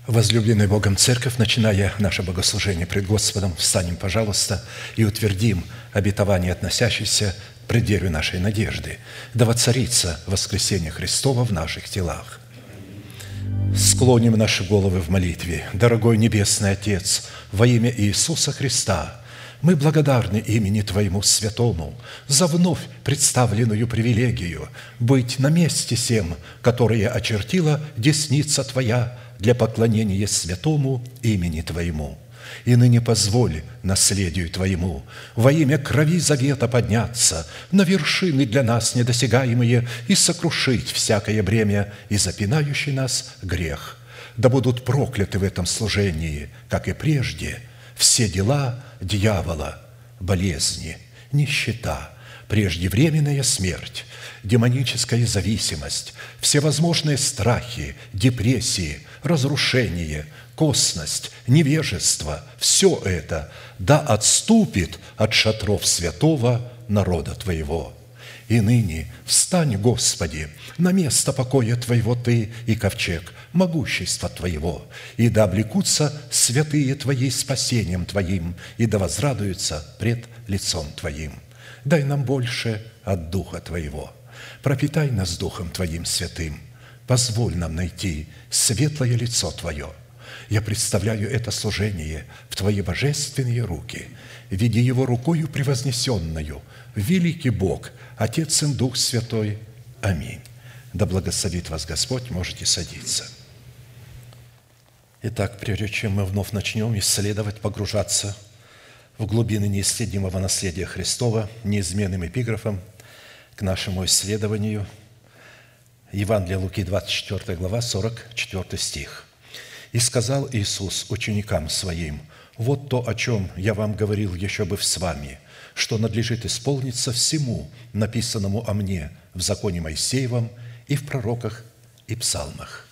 Возлюбленная Богом Церковь, начиная наше богослужение пред Господом, встанем, пожалуйста, и утвердим обетование, относящееся к преддверию нашей надежды, да воцарится воскресение Христово в наших телах. Склоним наши головы в молитве. Дорогой Небесный Отец, во имя Иисуса Христа, мы благодарны имени Твоему Святому за вновь представленную привилегию быть на месте сем, которое очертила десница Твоя для поклонения святому имени Твоему. И ныне позволь наследию Твоему во имя крови завета подняться на вершины для нас недосягаемые и сокрушить всякое бремя и запинающий нас грех. Да будут прокляты в этом служении, как и прежде, все дела дьявола, болезни, нищета, преждевременная смерть, демоническая зависимость, всевозможные страхи, депрессии, разрушение, косность, невежество – все это да отступит от шатров святого народа Твоего. И ныне встань, Господи, на место покоя Твоего Ты и ковчег могущества Твоего, и да облекутся святые Твои спасением Твоим, и да возрадуются пред лицом Твоим. Дай нам больше от Духа Твоего. Пропитай нас Духом Твоим святым. Позволь нам найти светлое лицо Твое. Я представляю это служение в Твои божественные руки. Веди его рукою превознесенную, великий Бог, Отец и Дух Святой. Аминь. Да благословит вас Господь, можете садиться. Итак, прежде чем мы вновь начнем исследовать, погружаться в глубины неисследимого наследия Христова, неизменным эпиграфом к нашему исследованию Евангелие Луки, 24 глава, 44 стих. «И сказал Иисус ученикам Своим: вот то, о чем я вам говорил еще бы с вами, что надлежит исполниться всему, написанному о мне в законе Моисеевом и в пророках и псалмах».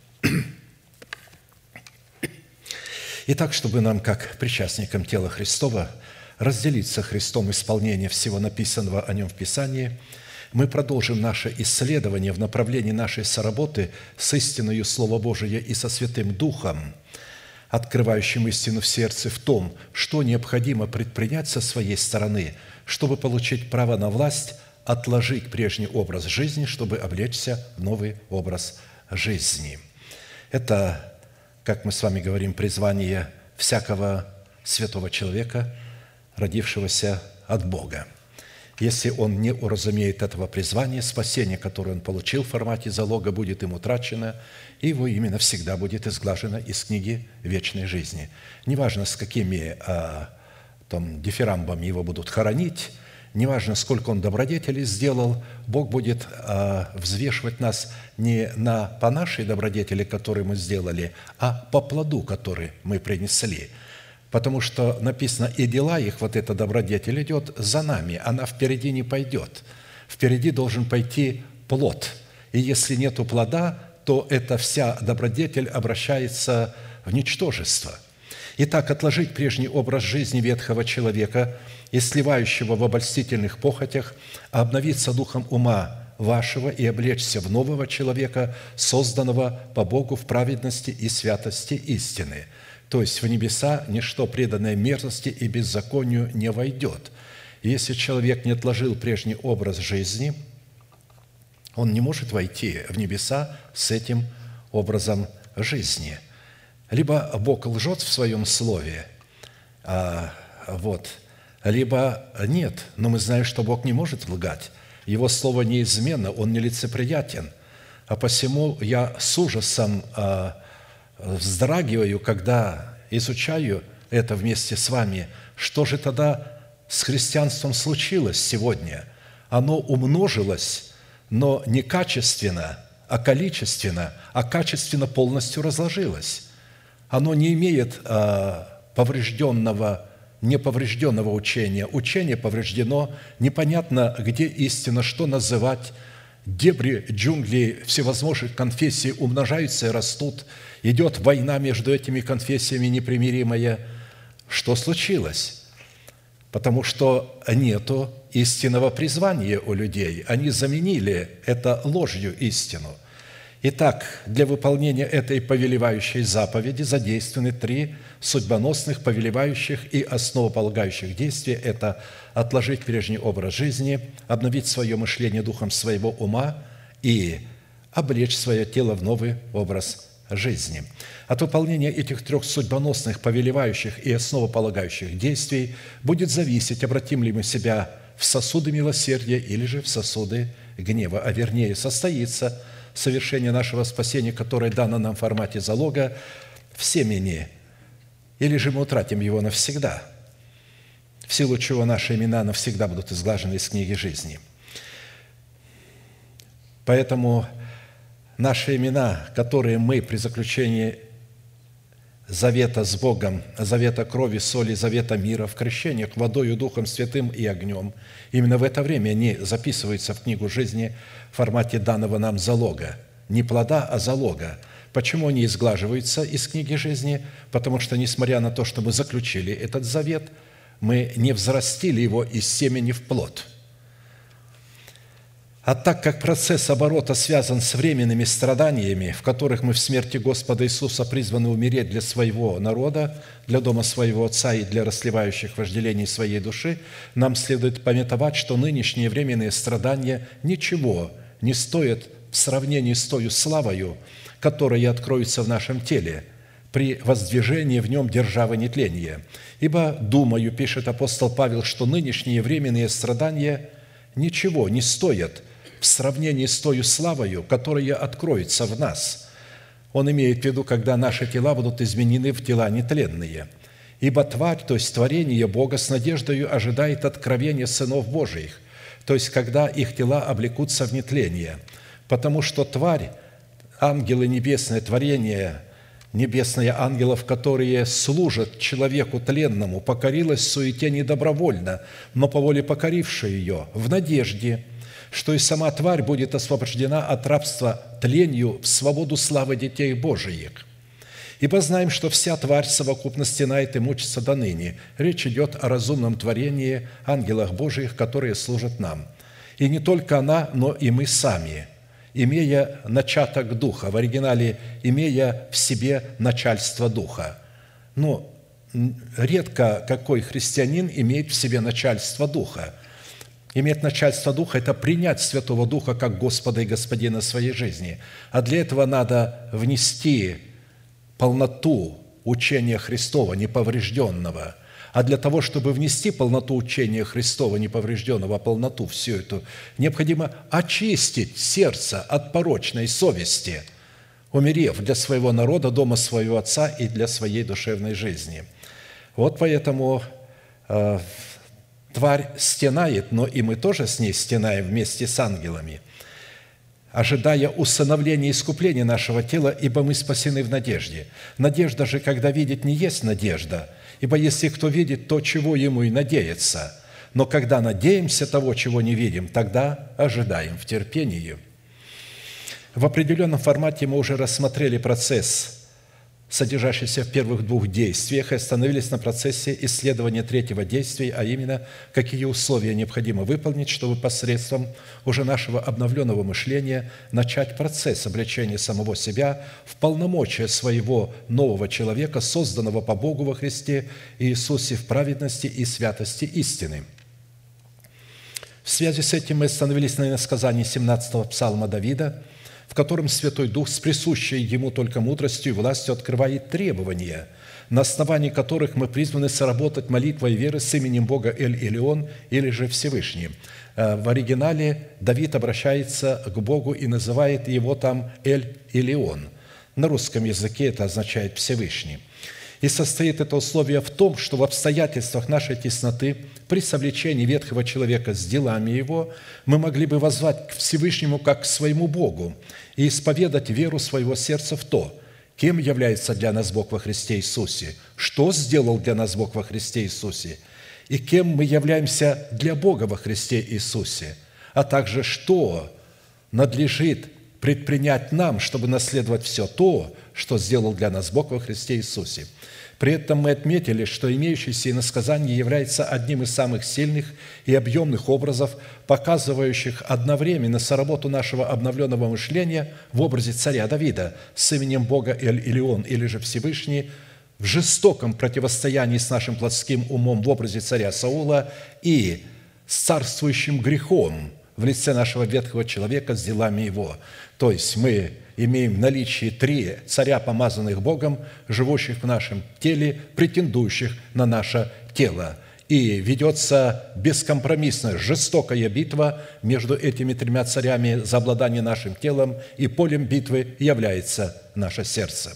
Итак, чтобы нам, как причастникам тела Христова, разделиться Христом исполнение всего написанного о Нем в Писании, мы продолжим наше исследование в направлении нашей соработы с истиною Слова Божия и со Святым Духом, открывающим истину в сердце, в том, что необходимо предпринять со своей стороны, чтобы получить право на власть, отложить прежний образ жизни, чтобы облечься в новый образ жизни. Это, как мы с вами говорим, призвание всякого святого человека, родившегося от Бога. Если он не уразумеет этого призвания, спасение, которое он получил в формате залога, будет им утрачено, и его имя навсегда будет изглажено из книги вечной жизни. Неважно, с какими дифирамбами его будут хоронить, неважно, сколько он добродетелей сделал, Бог будет взвешивать нас не по нашей добродетели, которую мы сделали, а по плоду, который мы принесли. Потому что написано, и дела их, вот эта добродетель идет за нами, она впереди не пойдет. Впереди должен пойти плод. И если нету плода, то эта вся добродетель обращается в ничтожество. Итак, отложить прежний образ жизни ветхого человека и сливающего в обольстительных похотях, а обновиться духом ума вашего и облечься в нового человека, созданного по Богу в праведности и святости истины. То есть в небеса ничто, преданное мерзости и беззаконию, не войдет. И если человек не отложил прежний образ жизни, он не может войти в небеса с этим образом жизни. Либо Бог лжет в Своем Слове, либо нет. Но мы знаем, что Бог не может лгать. Его Слово неизменно, Он нелицеприятен. А посему я с ужасом вздрагиваю, когда изучаю это вместе с вами, что же тогда с христианством случилось сегодня? Оно умножилось, но не качественно, а количественно, а качественно полностью разложилось. Оно не имеет неповрежденного учения. Учение повреждено, непонятно, где истина, что называть. Дебри, джунгли всевозможных конфессий умножаются и растут. Идет война между этими конфессиями непримиримая. Что случилось? Потому что нету истинного призвания у людей. Они заменили это ложью истину. Итак, для выполнения этой повелевающей заповеди задействованы 3 судьбоносных, повелевающих и основополагающих действия. Это отложить прежний образ жизни, обновить свое мышление духом своего ума и облечь свое тело в новый образ жизни. От выполнения этих 3 судьбоносных, повелевающих и основополагающих действий будет зависеть, обратим ли мы себя в сосуды милосердия или же в сосуды гнева, а вернее состоится совершение нашего спасения, которое дано нам в формате залога, в семени, или же мы утратим его навсегда, в силу чего наши имена навсегда будут изглажены из книги жизни. Поэтому наши имена, которые мы при заключении завета с Богом, завета крови, соли, завета мира, в крещениях водою, Духом Святым и огнем, именно в это время они записываются в книгу жизни в формате данного нам залога. Не плода, а залога. Почему они изглаживаются из книги жизни? Потому что, несмотря на то, что мы заключили этот завет, мы не взрастили его из семени в плод. А так как процесс оборота связан с временными страданиями, в которых мы в смерти Господа Иисуса призваны умереть для своего народа, для дома своего Отца и для расливающих вожделений своей души, нам следует памятовать, что нынешние временные страдания ничего не стоят в сравнении с той славою, которая откроется в нашем теле при воздвижении в нем державы нетления. Ибо, думаю, пишет апостол Павел, что нынешние временные страдания ничего не стоят в сравнении с той славою, которая откроется в нас. Он имеет в виду, когда наши тела будут изменены в тела нетленные. Ибо тварь, то есть творение Бога, с надеждою ожидает откровения сынов Божиих, то есть когда их тела облекутся в нетление. Потому что тварь, ангелы небесное, творение небесное ангелов, которые служат человеку тленному, покорилась суете недобровольно, но по воле покорившей ее, в надежде, что и сама тварь будет освобождена от рабства тленью в свободу славы детей Божиих. Ибо знаем, что вся тварь совокупно стенает и мучится до ныне. Речь идет о разумном творении, ангелах Божиих, которые служат нам. И не только она, но и мы сами, имея начаток Духа, в оригинале «имея в себе начальство Духа». Но редко какой христианин имеет в себе начальство Духа. Иметь начальство Духа – это принять Святого Духа как Господа и Господина своей жизни. А для этого надо внести полноту учения Христова, неповрежденного. А для того, чтобы внести полноту учения Христова, неповрежденного, полноту всю эту, необходимо очистить сердце от порочной совести, умерев для своего народа, дома своего Отца и для своей душевной жизни. Вот поэтому тварь стенает, но и мы тоже с ней стенаем вместе с ангелами, ожидая усыновления и искупления нашего тела, ибо мы спасены в надежде. Надежда же, когда видит, не есть надежда, ибо если кто видит, то чего ему и надеяться. Но когда надеемся того, чего не видим, тогда ожидаем в терпении. В определенном формате мы уже рассмотрели процесс, содержащийся в первых 2 действиях, и остановились на процессе исследования 3-го действия, а именно, какие условия необходимо выполнить, чтобы посредством уже нашего обновленного мышления начать процесс облечения самого себя в полномочия своего нового человека, созданного по Богу во Христе Иисусе в праведности и святости истины. В связи с этим мы остановились на иносказании 17-го псалма Давида, в котором Святой Дух с присущей Ему только мудростью и властью открывает требования, на основании которых мы призваны соработать молитвой веры с именем Бога Эль-Илион или же Всевышний. В оригинале Давид обращается к Богу и называет Его там Эль-Илион. На русском языке это означает «Всевышний». И состоит это условие в том, что в обстоятельствах нашей тесноты, при совлечении ветхого человека с делами его, мы могли бы воззвать к Всевышнему как к своему Богу и исповедать веру своего сердца в то, кем является для нас Бог во Христе Иисусе, что сделал для нас Бог во Христе Иисусе, и кем мы являемся для Бога во Христе Иисусе, а также что надлежит предпринять нам, чтобы наследовать все то, что сделал для нас Бог во Христе Иисусе. При этом мы отметили, что имеющееся иносказание является одним из самых сильных и объемных образов, показывающих одновременно соработу нашего обновленного мышления в образе царя Давида с именем Бога Эль-Илион, или же Всевышний, в жестоком противостоянии с нашим плотским умом в образе царя Саула и с царствующим грехом в лице нашего ветхого человека с делами его. То есть мы имеем в наличии 3 царя, помазанных Богом, живущих в нашем теле, претендующих на наше тело. И ведется бескомпромиссная, жестокая битва между этими 3 царями за обладание нашим телом, и полем битвы является наше сердце.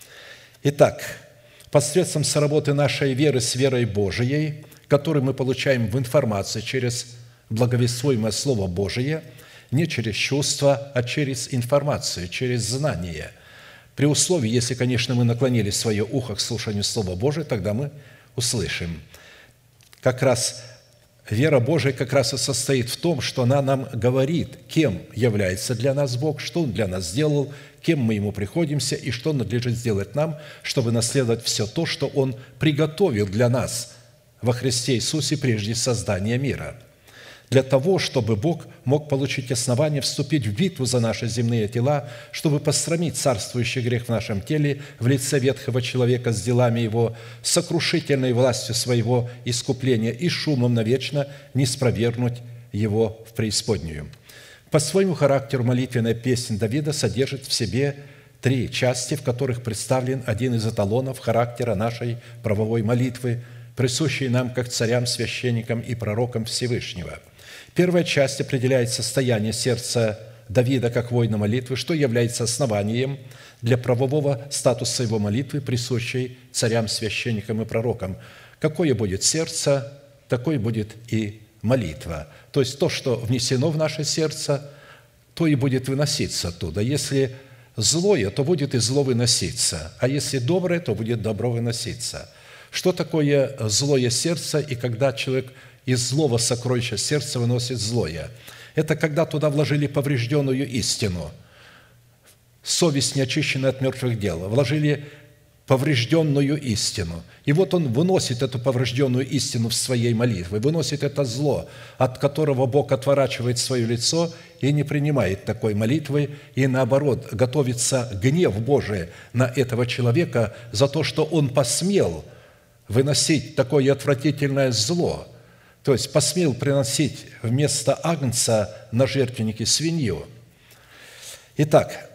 Итак, посредством соработы нашей веры с верой Божией, которую мы получаем в информации через благовествуемое Слово Божие, не через чувства, а через информацию, через знание. При условии, если, конечно, мы наклонили свое ухо к слушанию Слова Божия, тогда мы услышим. Как раз вера Божия как раз и состоит в том, что она нам говорит, кем является для нас Бог, что Он для нас сделал, кем мы Ему приходимся и что надлежит сделать нам, чтобы наследовать все то, что Он приготовил для нас во Христе Иисусе прежде создания мира, для того, чтобы Бог мог получить основание вступить в битву за наши земные тела, чтобы посрамить царствующий грех в нашем теле в лице ветхого человека с делами его, сокрушительной властью своего искупления и шумом навечно не спровергнуть его в преисподнюю. По своему характеру молитвенная песнь Давида содержит в себе 3 части, в которых представлен один из эталонов характера нашей правовой молитвы, присущий нам как царям, священникам и пророкам Всевышнего. Первая часть определяет состояние сердца Давида как воина молитвы, что является основанием для правового статуса его молитвы, присущей царям, священникам и пророкам. Какое будет сердце, такой будет и молитва. То есть то, что внесено в наше сердце, то и будет выноситься оттуда. Если злое, то будет и зло выноситься, а если доброе, то будет добро выноситься. Что такое злое сердце и когда человек из злого сокровища сердца выносит злое? Это когда туда вложили поврежденную истину, совесть не очищена от мертвых дел, вложили поврежденную истину. И вот он выносит эту поврежденную истину в своей молитве, выносит это зло, от которого Бог отворачивает свое лицо и не принимает такой молитвы, и наоборот, готовится гнев Божий на этого человека за то, что он посмел выносить такое отвратительное зло, то есть посмел приносить вместо агнца на жертвеннике свинью. Итак,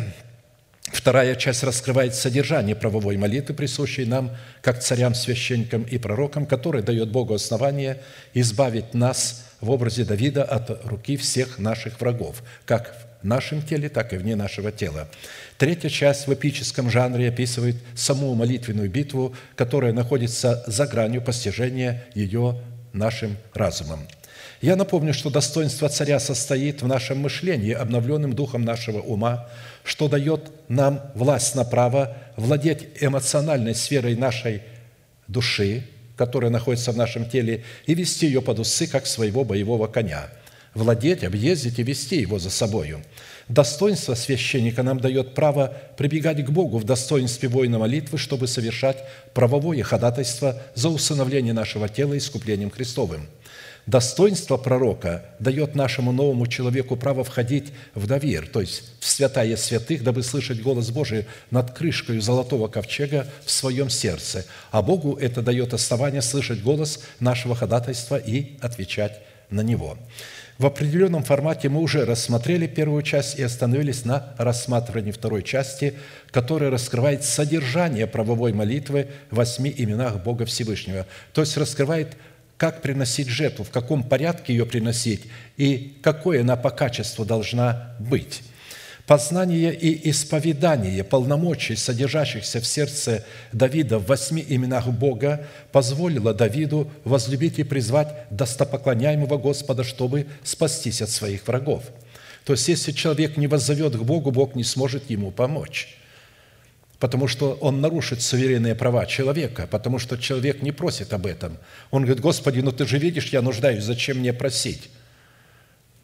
вторая часть раскрывает содержание правовой молитвы, присущей нам, как царям, священникам и пророкам, которая дает Богу основание избавить нас в образе Давида от руки всех наших врагов, как в нашем теле, так и вне нашего тела. Третья часть в эпическом жанре описывает саму молитвенную битву, которая находится за гранью постижения ее нашим разумом. Я напомню, что достоинство царя состоит в нашем мышлении, обновленным духом нашего ума, что дает нам власть на право владеть эмоциональной сферой нашей души, которая находится в нашем теле, и вести ее под усы, как своего боевого коня. Владеть, объездить и вести его за собою. Достоинство священника нам дает право прибегать к Богу в достоинстве воина молитвы, чтобы совершать правовое ходатайство за усыновление нашего тела искуплением Христовым. Достоинство пророка дает нашему новому человеку право входить в довир, то есть в святая святых, дабы слышать голос Божий над крышкой золотого ковчега в своем сердце. А Богу это дает основание слышать голос нашего ходатайства и отвечать на него. В определенном формате мы уже рассмотрели первую часть и остановились на рассматривании второй части, которая раскрывает содержание правовой молитвы в 8 именах Бога Всевышнего. То есть раскрывает, как приносить жертву, в каком порядке ее приносить и какой она по качеству должна быть. Познание и исповедание полномочий, содержащихся в сердце Давида в 8 именах Бога, позволило Давиду возлюбить и призвать достопоклоняемого Господа, чтобы спастись от своих врагов. То есть, если человек не воззовет к Богу, Бог не сможет ему помочь, потому что он нарушит суверенные права человека, потому что человек не просит об этом. Он говорит: «Господи, ну Ты же видишь, я нуждаюсь, зачем мне просить?»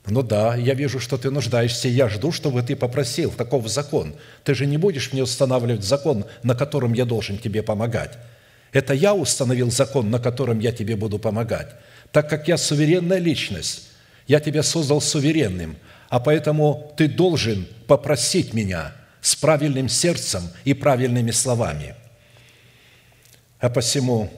Ну да, я вижу, что ты нуждаешься, и я жду, чтобы ты попросил таков закон. Ты же не будешь мне устанавливать закон, на котором я должен тебе помогать. Это я установил закон, на котором я тебе буду помогать. Так как я суверенная личность, я тебя создал суверенным, а поэтому ты должен попросить меня с правильным сердцем и правильными словами. А посему,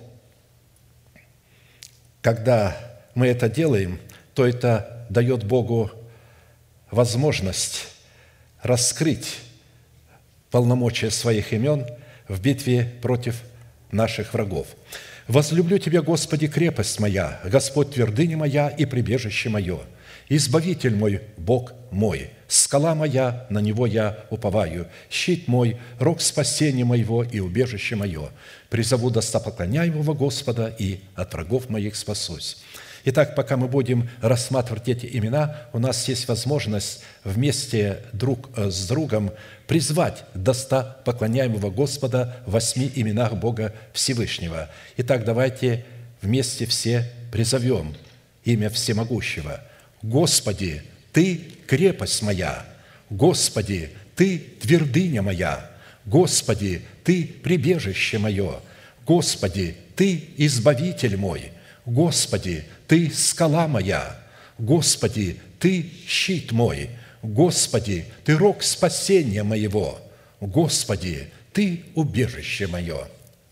когда мы это делаем, то это дает Богу возможность раскрыть полномочия своих имен в битве против наших врагов. «Возлюблю Тебя, Господи, крепость моя, Господь твердыня моя и прибежище мое, Избавитель мой, Бог мой, скала моя, на Него я уповаю, щит мой, рог спасения моего и убежище мое. Призову достопоклоняемого Господа, и от врагов моих спасусь». Итак, пока мы будем рассматривать эти имена, у нас есть возможность вместе друг с другом призвать достопоклоняемого Господа в 8 именах Бога Всевышнего. Итак, давайте вместе все призовем имя Всемогущего. «Господи, Ты крепость моя! Господи, Ты твердыня моя! Господи, Ты прибежище мое! Господи, Ты избавитель мой! Господи, Ты скала моя! Господи, Ты щит мой! Господи, Ты рог спасения моего! Господи, Ты убежище мое!»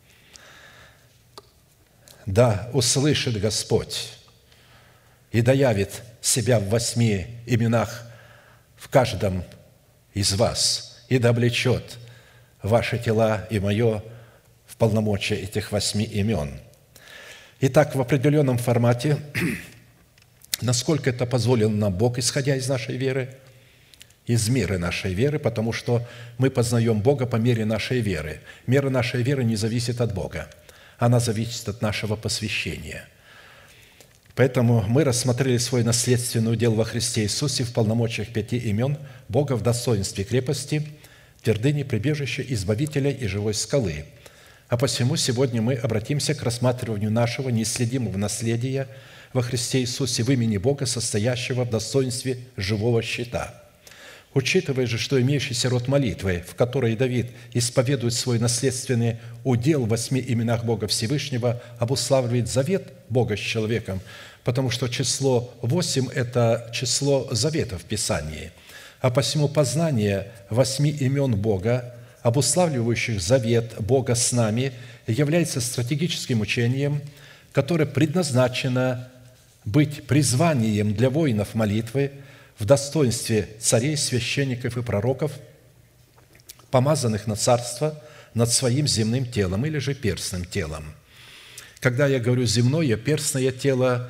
Да услышит Господь и доявит себя в 8 именах в каждом из вас, и да облечет ваши тела и мое в полномочия этих 8 имен. Итак, в определенном формате, насколько это позволил нам Бог, исходя из нашей веры, из меры нашей веры, потому что мы познаем Бога по мере нашей веры. Мера нашей веры не зависит от Бога, она зависит от нашего посвящения. Поэтому мы рассмотрели свой наследственный удел во Христе Иисусе в полномочиях 5 имен Бога в достоинстве крепости, твердыни, прибежища, избавителя и живой скалы. А посему сегодня мы обратимся к рассматриванию нашего неисследимого наследия во Христе Иисусе в имени Бога, состоящего в достоинстве живого щита. Учитывая же, что имеющийся род молитвы, в которой Давид исповедует свой наследственный удел в 8 именах Бога Всевышнего, обуславливает завет Бога с человеком, потому что число 8 – это число завета в Писании. А посему познание 8 имен Бога, обуславливающих завет Бога с нами, является стратегическим учением, которое предназначено быть призванием для воинов молитвы в достоинстве царей, священников и пророков, помазанных на царство над своим земным телом или же перстным телом. Когда я говорю земное, перстное тело,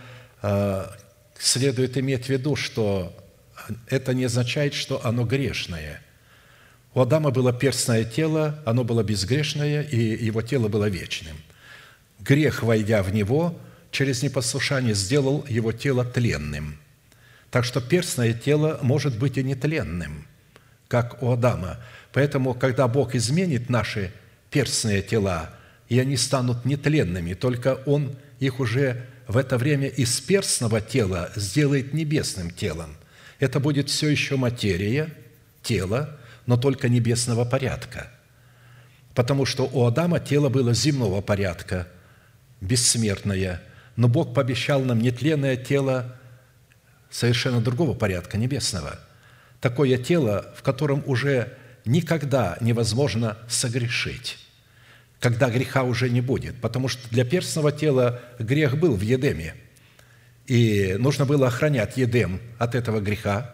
следует иметь в виду, что это не означает, что оно грешное. У Адама было перстное тело, оно было безгрешное, и его тело было вечным. Грех, войдя в него, через непослушание сделал его тело тленным. Так что перстное тело может быть и нетленным, как у Адама. Поэтому, когда Бог изменит наши перстные тела, и они станут нетленными, только Он их уже в это время из перстного тела сделает небесным телом. Это будет все еще материя, тело, но только небесного порядка. Потому что у Адама тело было земного порядка, бессмертное, но Бог пообещал нам нетленное тело совершенно другого порядка, небесного. Такое тело, в котором уже никогда невозможно согрешить, когда греха уже не будет. Потому что для перстного тела грех был в Едеме, и нужно было охранять Едем от этого греха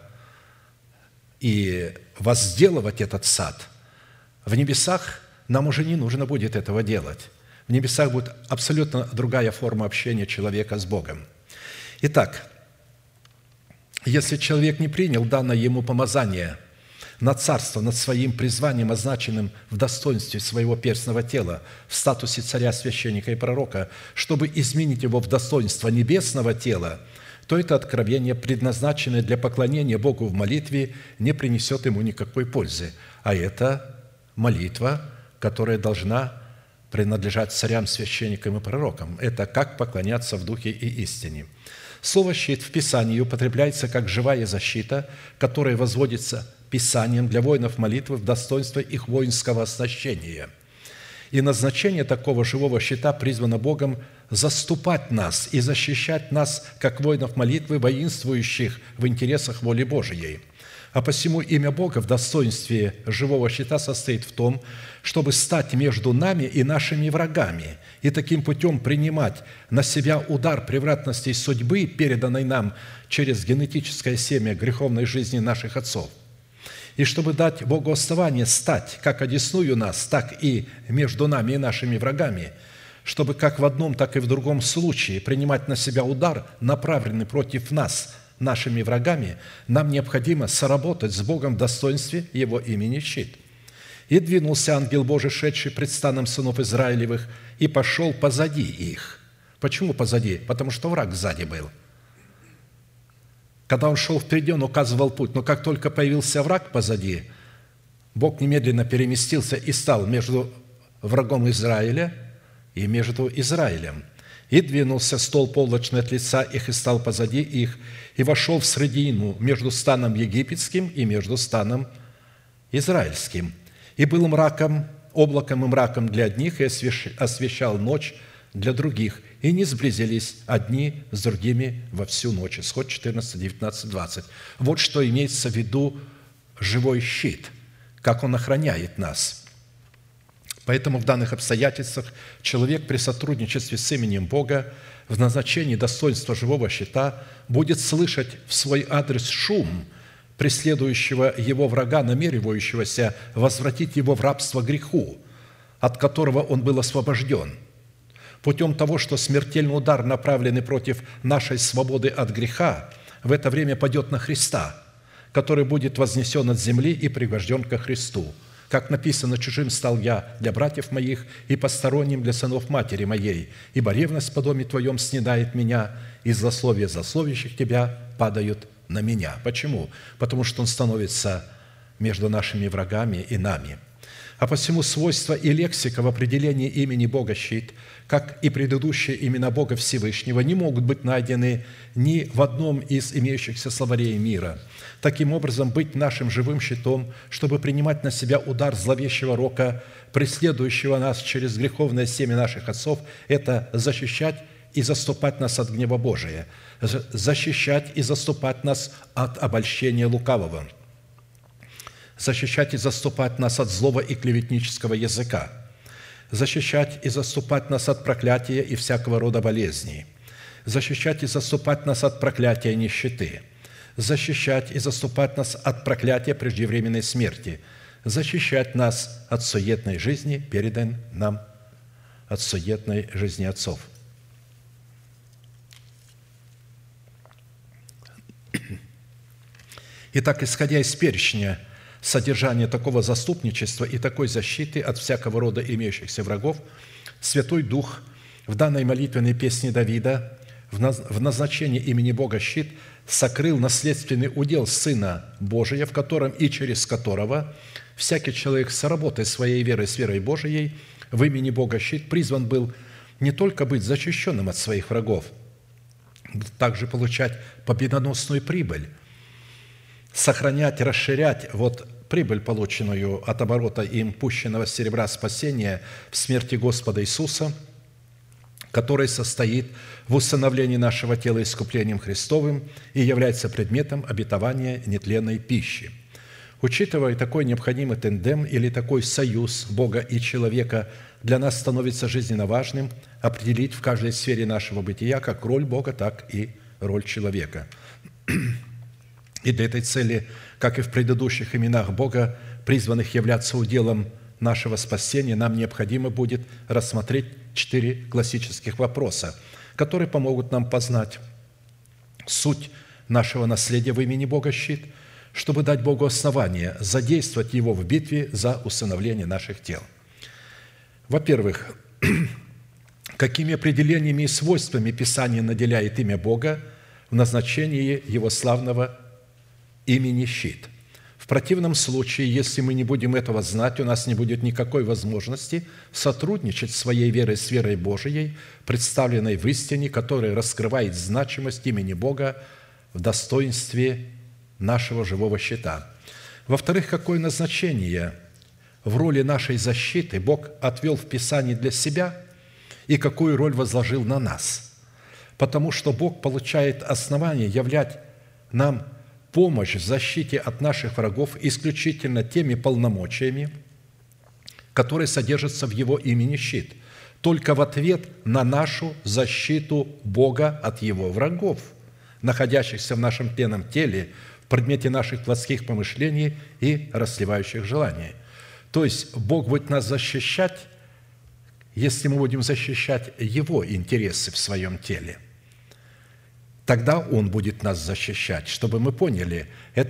и возделывать этот сад. В небесах нам уже не нужно будет этого делать. В небесах будет абсолютно другая форма общения человека с Богом. Итак, если человек не принял данное ему помазание на царство над своим призванием, означенным в достоинстве своего перстного тела, в статусе царя, священника и пророка, чтобы изменить его в достоинство небесного тела, то это откровение, предназначенное для поклонения Богу в молитве, не принесет ему никакой пользы. А это молитва, которая должна принадлежать царям, священникам и пророкам. Это как поклоняться в духе и истине. Слово «щит» в Писании употребляется как живая защита, которая возводится Писанием для воинов молитвы в достоинство их воинского оснащения. И назначение такого живого щита призвано Богом заступать нас и защищать нас, как воинов молитвы, воинствующих в интересах воли Божией. А посему имя Бога в достоинстве живого щита состоит в том, чтобы стать между нами и нашими врагами, и таким путем принимать на себя удар превратностей судьбы, переданной нам через генетическое семя греховной жизни наших отцов. И чтобы дать Богу основание стать как одесную нас, так и между нами и нашими врагами, чтобы как в одном, так и в другом случае принимать на себя удар, направленный против нас, нашими врагами, нам необходимо соработать с Богом в достоинстве Его имени щит. И двинулся ангел Божий, шедший пред станом сынов Израилевых, и пошел позади их. Почему позади? Потому что враг сзади был. Когда он шел впереди, он указывал путь. Но как только появился враг позади, Бог немедленно переместился и стал между врагом Израиля и между Израилем. И двинулся стол полночный от лица их, и стал позади их, и вошел в средину между станом египетским и между станом израильским. И был мраком, облаком и мраком для одних, и освещал ночь для других, и не сблизились одни с другими во всю ночь». Исход 14, 19, 20. Вот что имеется в виду живой щит, как он охраняет нас. Поэтому в данных обстоятельствах человек при сотрудничестве с именем Бога в назначении достоинства живого щита будет слышать в свой адрес шум преследующего его врага, намеревающегося возвратить его в рабство греху, от которого он был освобожден, путем того, что смертельный удар, направленный против нашей свободы от греха, в это время падет на Христа, который будет вознесен от земли и пригвожден ко Христу. Как написано: «Чужим стал я для братьев моих и посторонним для сынов матери моей, ибо ревность по доме твоем снедает меня, и злословие злословящих тебя падают на меня». Почему? Потому что он становится между нашими врагами и нами. А посему свойства и лексика в определении имени Бога щит, как и предыдущие имена Бога Всевышнего, не могут быть найдены ни в одном из имеющихся словарей мира. Таким образом, быть нашим живым щитом, чтобы принимать на себя удар зловещего рока, преследующего нас через греховное семя наших отцов, это защищать и заступать нас от гнева Божия, защищать и заступать нас от обольщения лукавого, защищать и заступать нас от злого и клеветнического языка, защищать и заступать нас от проклятия и всякого рода болезней, защищать и заступать нас от проклятия и нищеты, защищать и заступать нас от проклятия преждевременной смерти, защищать нас от суетной жизни, переданной нам от суетной жизни отцов. Итак, исходя из перечня содержания такого заступничества и такой защиты от всякого рода имеющихся врагов, Святой Дух в данной молитвенной песне Давида в назначении имени Бога щит сокрыл наследственный удел Сына Божия, в котором и через которого всякий человек с работой своей веры, с верой Божией в имени Бога щит призван был не только быть защищенным от своих врагов, также получать победоносную прибыль, сохранять, расширять прибыль, полученную от оборота им пущенного серебра спасения в смерти Господа Иисуса, который состоит в усыновлении нашего тела искуплением Христовым и является предметом обетования нетленной пищи. Учитывая такой необходимый тандем или такой союз Бога и человека, для нас становится жизненно важным определить в каждой сфере нашего бытия как роль Бога, так и роль человека. И для этой цели, как и в предыдущих именах Бога, призванных являться уделом нашего спасения, нам необходимо будет рассмотреть 4 классических вопроса, которые помогут нам познать суть нашего наследия в имени Бога щит, чтобы дать Богу основание задействовать Его в битве за усыновление наших тел. Во-первых, какими определениями и свойствами Писание наделяет имя Бога в назначении Его славного имени щит. В противном случае, если мы не будем этого знать, у нас не будет никакой возможности сотрудничать своей верой с верой Божией, представленной в истине, которая раскрывает значимость имени Бога в достоинстве нашего живого щита. Во-вторых, какое назначение в роли нашей защиты Бог отвел в Писании для себя и какую роль возложил на нас. Потому что Бог получает основание являть нам помощь в защите от наших врагов исключительно теми полномочиями, которые содержатся в Его имени щит, только в ответ на нашу защиту Бога от Его врагов, находящихся в нашем тленном теле, в предмете наших плотских помышлений и расслевающих желаний. То есть Бог будет нас защищать, если мы будем защищать Его интересы в своем теле. Тогда Он будет нас защищать. Чтобы мы поняли,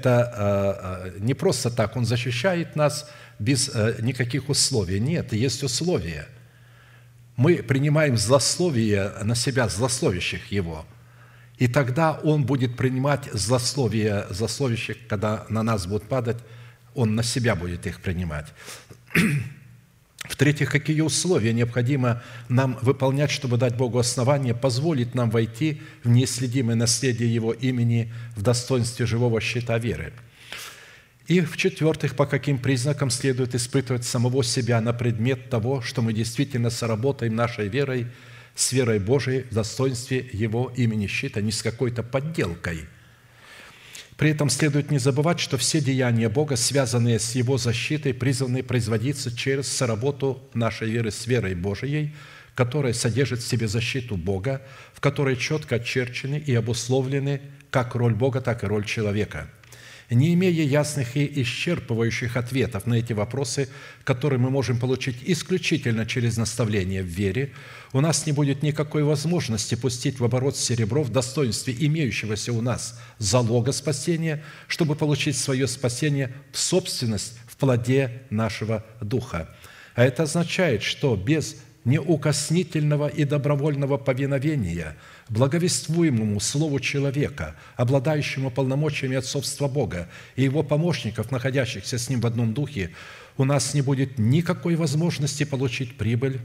это не просто так, Он защищает нас без никаких условий. Нет, есть условия. Мы принимаем злословие на себя, злословящих Его. И тогда Он будет принимать злословие злословящих, когда на нас будут падать, Он на себя будет их принимать. В-третьих, какие условия необходимо нам выполнять, чтобы дать Богу основание, позволить нам войти в неисследимое наследие Его имени в достоинстве живого щита веры. И в-четвертых, по каким признакам следует испытывать самого себя на предмет того, что мы действительно соработаем нашей верой с верой Божией в достоинстве Его имени щита, не с какой-то подделкой. При этом следует не забывать, что все деяния Бога, связанные с Его защитой, призваны производиться через соработу нашей веры с верой Божией, которая содержит в себе защиту Бога, в которой четко очерчены и обусловлены как роль Бога, так и роль человека. Не имея ясных и исчерпывающих ответов на эти вопросы, которые мы можем получить исключительно через наставление в вере, у нас не будет никакой возможности пустить в оборот серебро в достоинстве имеющегося у нас залога спасения, чтобы получить свое спасение в собственность в плоде нашего духа. А это означает, что без неукоснительного и добровольного повиновения благовествуемому Слову человека, обладающему полномочиями отцовства Бога и Его помощников, находящихся с Ним в одном духе, у нас не будет никакой возможности получить прибыль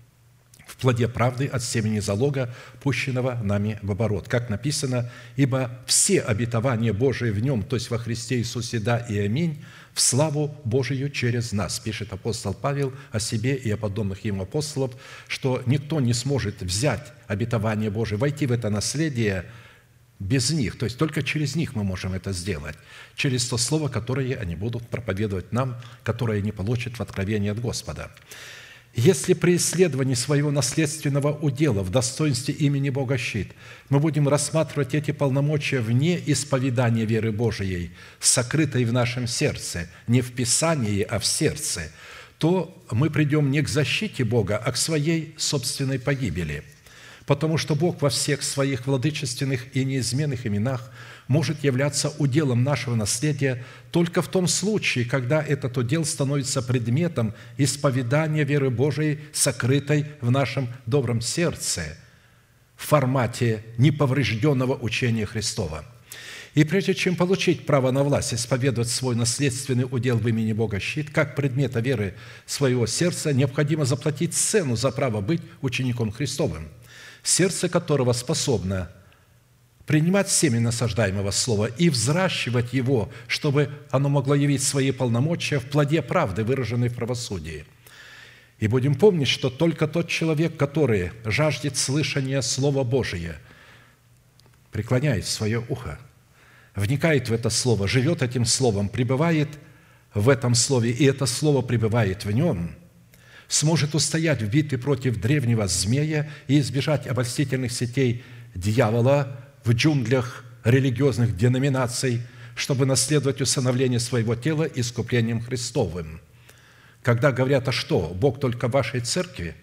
в плоде правды от семени залога, пущенного нами в оборот. Как написано, «Ибо все обетования Божии в Нем, то есть во Христе Иисусе, да и аминь, в славу Божию через нас», пишет апостол Павел о себе и о подобных ему апостолов, что никто не сможет взять обетование Божие, войти в это наследие без них. То есть только через них мы можем это сделать, через то слово, которое они будут проповедовать нам, которое они получат в откровении от Господа. Если при исследовании своего наследственного удела в достоинстве имени Бога щит мы будем рассматривать эти полномочия вне исповедания веры Божией, сокрытой в нашем сердце, не в Писании, а в сердце, то мы придем не к защите Бога, а к своей собственной погибели. Потому что Бог во всех своих владычественных и неизменных именах может являться уделом нашего наследия только в том случае, когда этот удел становится предметом исповедания веры Божией, сокрытой в нашем добром сердце, в формате неповрежденного учения Христова. И прежде чем получить право на власть исповедовать свой наследственный удел в имени Бога щит, как предмета веры своего сердца, необходимо заплатить цену за право быть учеником Христовым, сердце которого способно принимать семя насаждаемого слова и взращивать его, чтобы оно могло явить свои полномочия в плоде правды, выраженной в правосудии. И будем помнить, что только тот человек, который жаждет слышания Слова Божия, преклоняет свое ухо, вникает в это Слово, живет этим Словом, пребывает в этом Слове, и это Слово пребывает в нем, сможет устоять в битве против древнего змея и избежать обольстительных сетей дьявола в джунглях религиозных деноминаций, чтобы наследовать усыновление своего тела искуплением Христовым. Когда говорят, а что, Бог только в вашей церкви,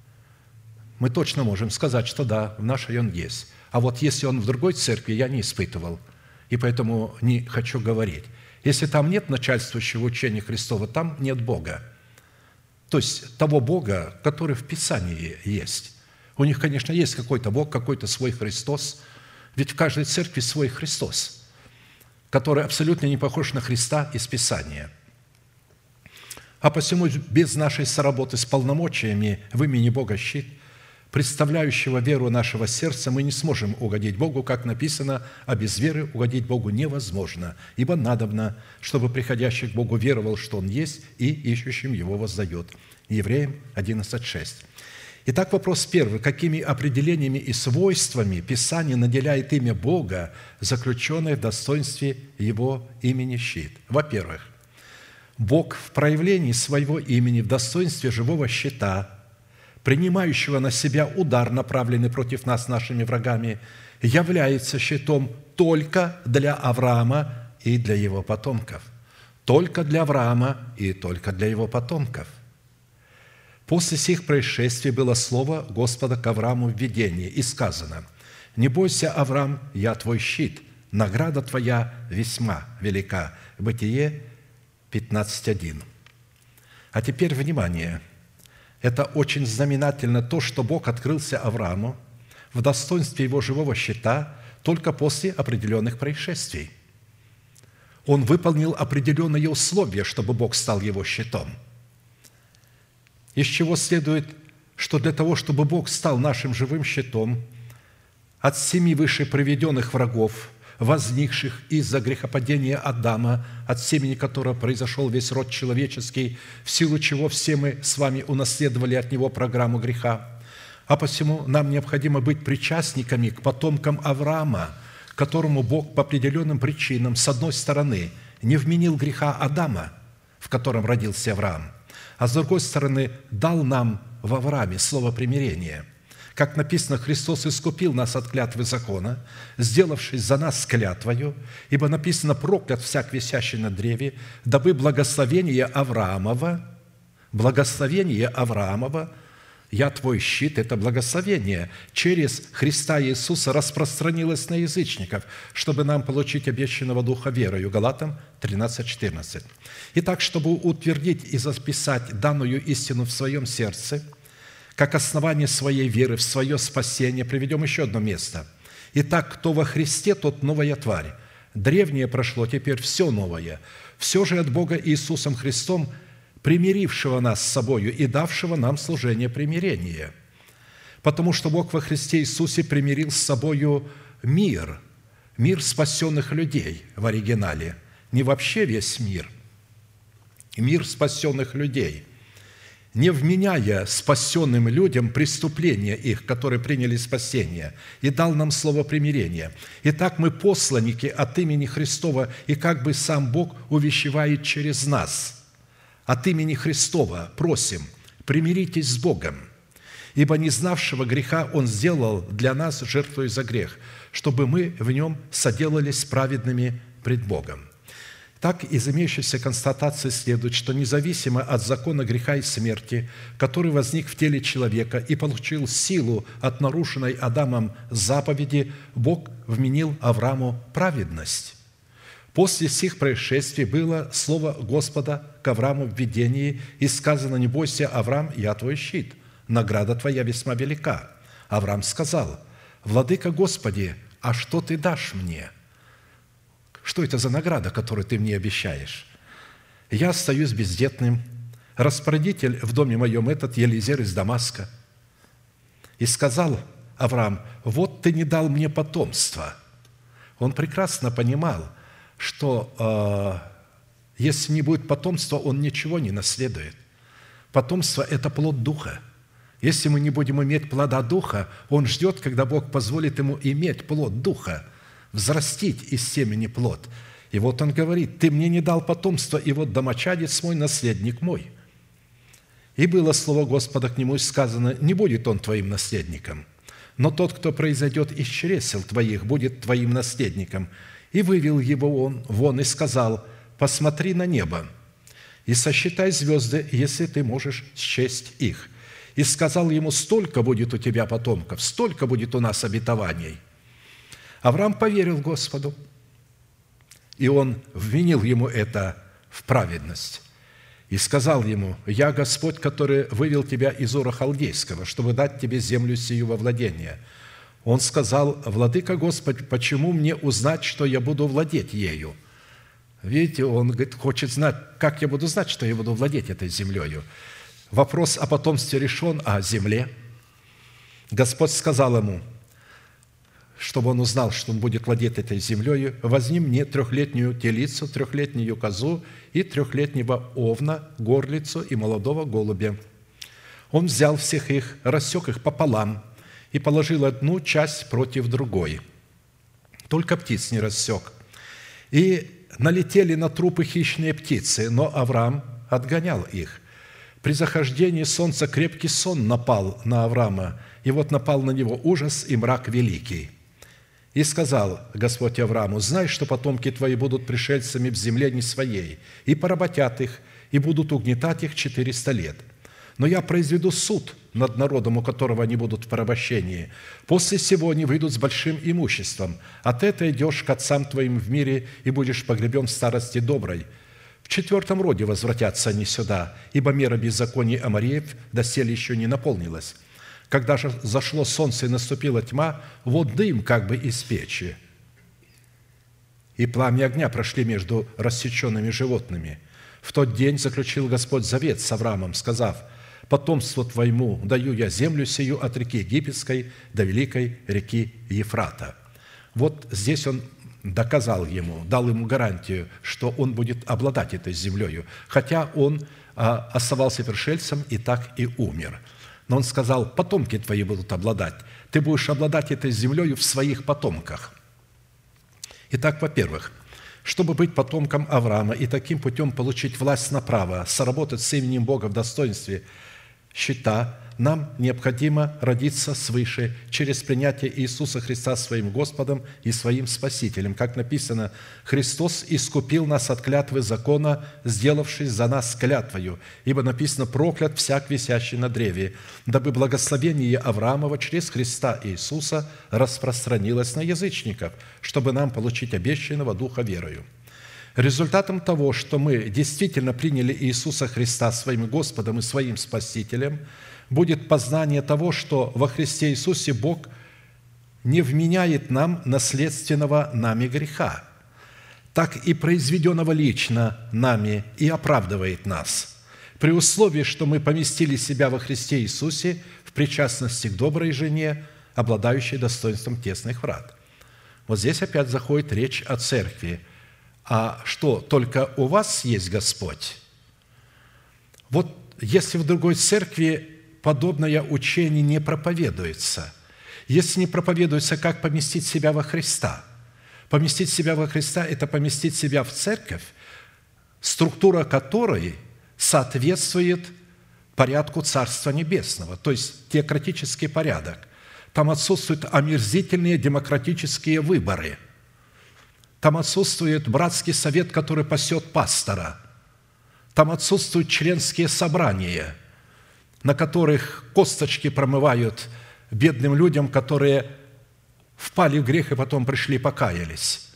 мы точно можем сказать, что да, в нашей Он есть. А вот если Он в другой церкви, я не испытывал, и поэтому не хочу говорить. Если там нет начальствующего учения Христова, там нет Бога. То есть того Бога, который в Писании есть. У них, конечно, есть какой-то Бог, какой-то свой Христос, ведь в каждой церкви свой Христос, который абсолютно не похож на Христа из Писания. А посему без нашей соработы с полномочиями в имени Бога щит, представляющего веру нашего сердца, мы не сможем угодить Богу, как написано, а без веры угодить Богу невозможно, ибо надобно, чтобы приходящий к Богу веровал, что Он есть, и ищущим Его воздает. Евреям 11:6. Итак, вопрос первый. Какими определениями и свойствами Писание наделяет имя Бога, заключенное в достоинстве Его имени щит? Во-первых, Бог в проявлении Своего имени в достоинстве живого щита, принимающего на себя удар, направленный против нас нашими врагами, является щитом только для Авраама и для его потомков. Только для Авраама и только для его потомков. После сих происшествий было слово Господа к Аврааму в видении, и сказано: «Не бойся, Авраам, я твой щит, награда твоя весьма велика». Бытие 15:1. А теперь внимание! Это очень знаменательно то, что Бог открылся Аврааму в достоинстве его живого щита только после определенных происшествий. Он выполнил определенные условия, чтобы Бог стал его щитом. Из чего следует, что для того, чтобы Бог стал нашим живым щитом от 7 выше приведенных врагов, возникших из-за грехопадения Адама, от семени которого произошел весь род человеческий, в силу чего все мы с вами унаследовали от него программу греха. А посему нам необходимо быть причастниками к потомкам Авраама, которому Бог по определенным причинам, с одной стороны, не вменил греха Адама, в котором родился Авраам, а с другой стороны, дал нам в Аврааме слово примирения. Как написано, Христос искупил нас от клятвы закона, сделавшись за нас клятвою, ибо написано: проклят всяк висящий на древе, дабы благословение Авраамова, я твой щит, это благословение, через Христа Иисуса распространилось на язычников, чтобы нам получить обещанного Духа верою. Галатам 13:14. Итак, чтобы утвердить и записать данную истину в своем сердце, как основание своей веры в свое спасение, приведем еще одно место. «Итак, кто во Христе, тот новая тварь. Древнее прошло, теперь все новое. Все же от Бога Иисусом Христом, примирившего нас с собою и давшего нам служение примирения. Потому что Бог во Христе Иисусе примирил с собою мир спасенных людей» в оригинале. Не вообще весь мир спасенных людей, не вменяя спасенным людям преступления их, которые приняли спасение, и дал нам слово примирения. Итак, мы посланники от имени Христова, и как бы сам Бог увещевает через нас. От имени Христова просим: примиритесь с Богом, ибо не знавшего греха Он сделал для нас жертвой за грех, чтобы мы в Нем соделались праведными пред Богом». Так, из имеющейся констатации следует, что независимо от закона греха и смерти, который возник в теле человека и получил силу от нарушенной Адамом заповеди, Бог вменил Аврааму праведность. После сих происшествий было слово Господа к Аврааму в видении, и сказано: «Не бойся, Авраам, я твой щит, награда твоя весьма велика». Авраам сказал: «Владыка Господи, а что ты дашь мне? Что это за награда, которую ты мне обещаешь? Я остаюсь бездетным, распорядитель в доме моем этот Елизер из Дамаска». И сказал Авраам: «Вот ты не дал мне потомства». Он прекрасно понимал, что если не будет потомства, он ничего не наследует. Потомство – это плод Духа. Если мы не будем иметь плода Духа, он ждет, когда Бог позволит ему иметь плод Духа, взрастить из семени плод. И вот он говорит: «Ты мне не дал потомства, и вот домочадец мой, наследник мой». И было слово Господа к нему, и сказано: «Не будет он твоим наследником, но тот, кто произойдет из чресел твоих, будет твоим наследником». И вывел его он вон и сказал: «Посмотри на небо и сосчитай звезды, если ты можешь счесть их». И сказал ему: «Столько будет у тебя потомков, столько будет у нас обетований». Авраам поверил Господу, и он вменил ему это в праведность. И сказал ему: «Я Господь, который вывел тебя из Ура Халдейского, чтобы дать тебе землю сию во владение». Он сказал: «Владыка Господь, почему мне узнать, что я буду владеть ею?» Видите, он говорит, хочет знать, как я буду знать, что я буду владеть этой землею. Вопрос о потомстве решен, а о земле. Господь сказал ему, чтобы он узнал, что он будет владеть этой землею, возьми мне 3-летнюю телицу, 3-летнюю козу и 3-летнего овна, горлицу и молодого голубя. Он взял всех их, рассек их пополам и положил одну часть против другой. Только птиц не рассек. И налетели на трупы хищные птицы, но Авраам отгонял их. При захождении солнца крепкий сон напал на Авраама, и вот напал на него ужас и мрак великий. И сказал Господь Аврааму, знай, что потомки твои будут пришельцами в земле не своей, и поработят их, и будут угнетать их 400 лет. Но я произведу суд над народом, у которого они будут в порабощении. После сего они выйдут с большим имуществом. От этого идешь к отцам твоим в мире, и будешь погребен в старости доброй. В 4-м роде возвратятся они сюда, ибо мера беззаконий Амореев доселе еще не наполнилась. Когда же зашло солнце и наступила тьма, вот дым как бы из печи, и пламя огня прошли между рассеченными животными. В тот день заключил Господь завет с Авраамом, сказав, «Потомству твоему даю я землю сию от реки Египетской до великой реки Ефрата». Вот здесь он доказал ему, дал ему гарантию, что он будет обладать этой землею, хотя он оставался пришельцем и так и умер. Но он сказал, потомки твои будут обладать. Ты будешь обладать этой землею в своих потомках. Итак, во-первых, чтобы быть потомком Авраама и таким путем получить власть на право, соработать с именем Бога в достоинстве щита, нам необходимо родиться свыше через принятие Иисуса Христа своим Господом и своим Спасителем. Как написано, «Христос искупил нас от клятвы закона, сделавшись за нас клятвою, ибо написано, проклят всяк, висящий на древе, дабы благословение Авраамова через Христа Иисуса распространилось на язычников, чтобы нам получить обещанного Духа верою». Результатом того, что мы действительно приняли Иисуса Христа своим Господом и своим Спасителем, будет познание того, что во Христе Иисусе Бог не вменяет нам наследственного нами греха, так и произведенного лично нами и оправдывает нас, при условии, что мы поместили себя во Христе Иисусе в причастности к доброй жене, обладающей достоинством тесных врат. Вот здесь опять заходит речь о церкви. А что, только у вас есть Господь? Вот если в другой церкви подобное учение не проповедуется, если не проповедуется, как поместить себя во Христа, поместить себя во Христа – это поместить себя в церковь, структура которой соответствует порядку Царства Небесного, то есть теократический порядок. Там отсутствуют омерзительные демократические выборы. Там отсутствует братский совет, который пасет пастора. Там отсутствуют членские собрания, на которых косточки промывают бедным людям, которые впали в грех и потом пришли и покаялись.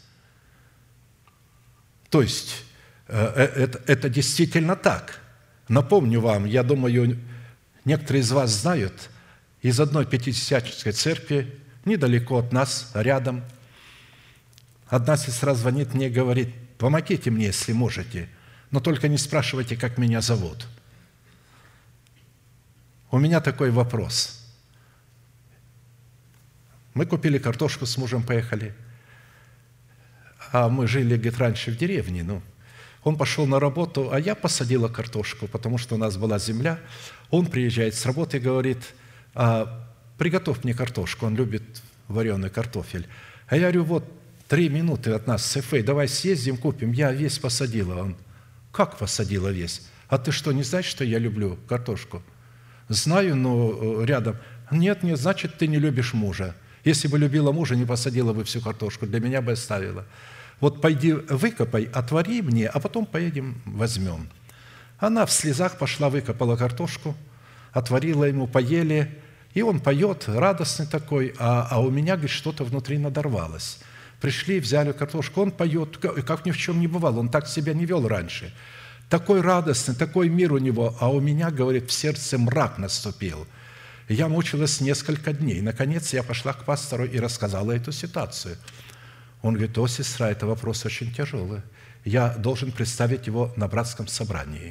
То есть, это действительно так. Напомню вам, я думаю, некоторые из вас знают, из одной пятидесятнической церкви, недалеко от нас, рядом, одна сестра звонит мне и говорит, помогите мне, если можете, но только не спрашивайте, как меня зовут. У меня такой вопрос. Мы купили картошку с мужем, поехали, а мы жили, говорит, раньше в деревне, он пошел на работу, а я посадила картошку, потому что у нас была земля. Он приезжает с работы и говорит, приготовь мне картошку, он любит вареный картофель. А я говорю, вот, 3 минуты от нас с Эфей, давай съездим, купим. Я весь посадила. Он, как посадила весь? А ты что, не знаешь, что я люблю картошку? Знаю, но рядом. Нет, значит, ты не любишь мужа. Если бы любила мужа, не посадила бы всю картошку, для меня бы оставила. Вот пойди выкопай, отвори мне, а потом поедем, возьмем. Она в слезах пошла, выкопала картошку, отварила ему, поели, и он поет, радостный такой, а у меня, говорит, что-то внутри надорвалось. Пришли, взяли картошку, он поет, как ни в чем не бывало, он так себя не вел раньше. Такой радостный, такой мир у него, а у меня, говорит, в сердце мрак наступил. Я мучилась несколько дней. Наконец, я пошла к пастору и рассказала эту ситуацию. Он говорит, сестра, это вопрос очень тяжелый. я должен представить его на братском собрании.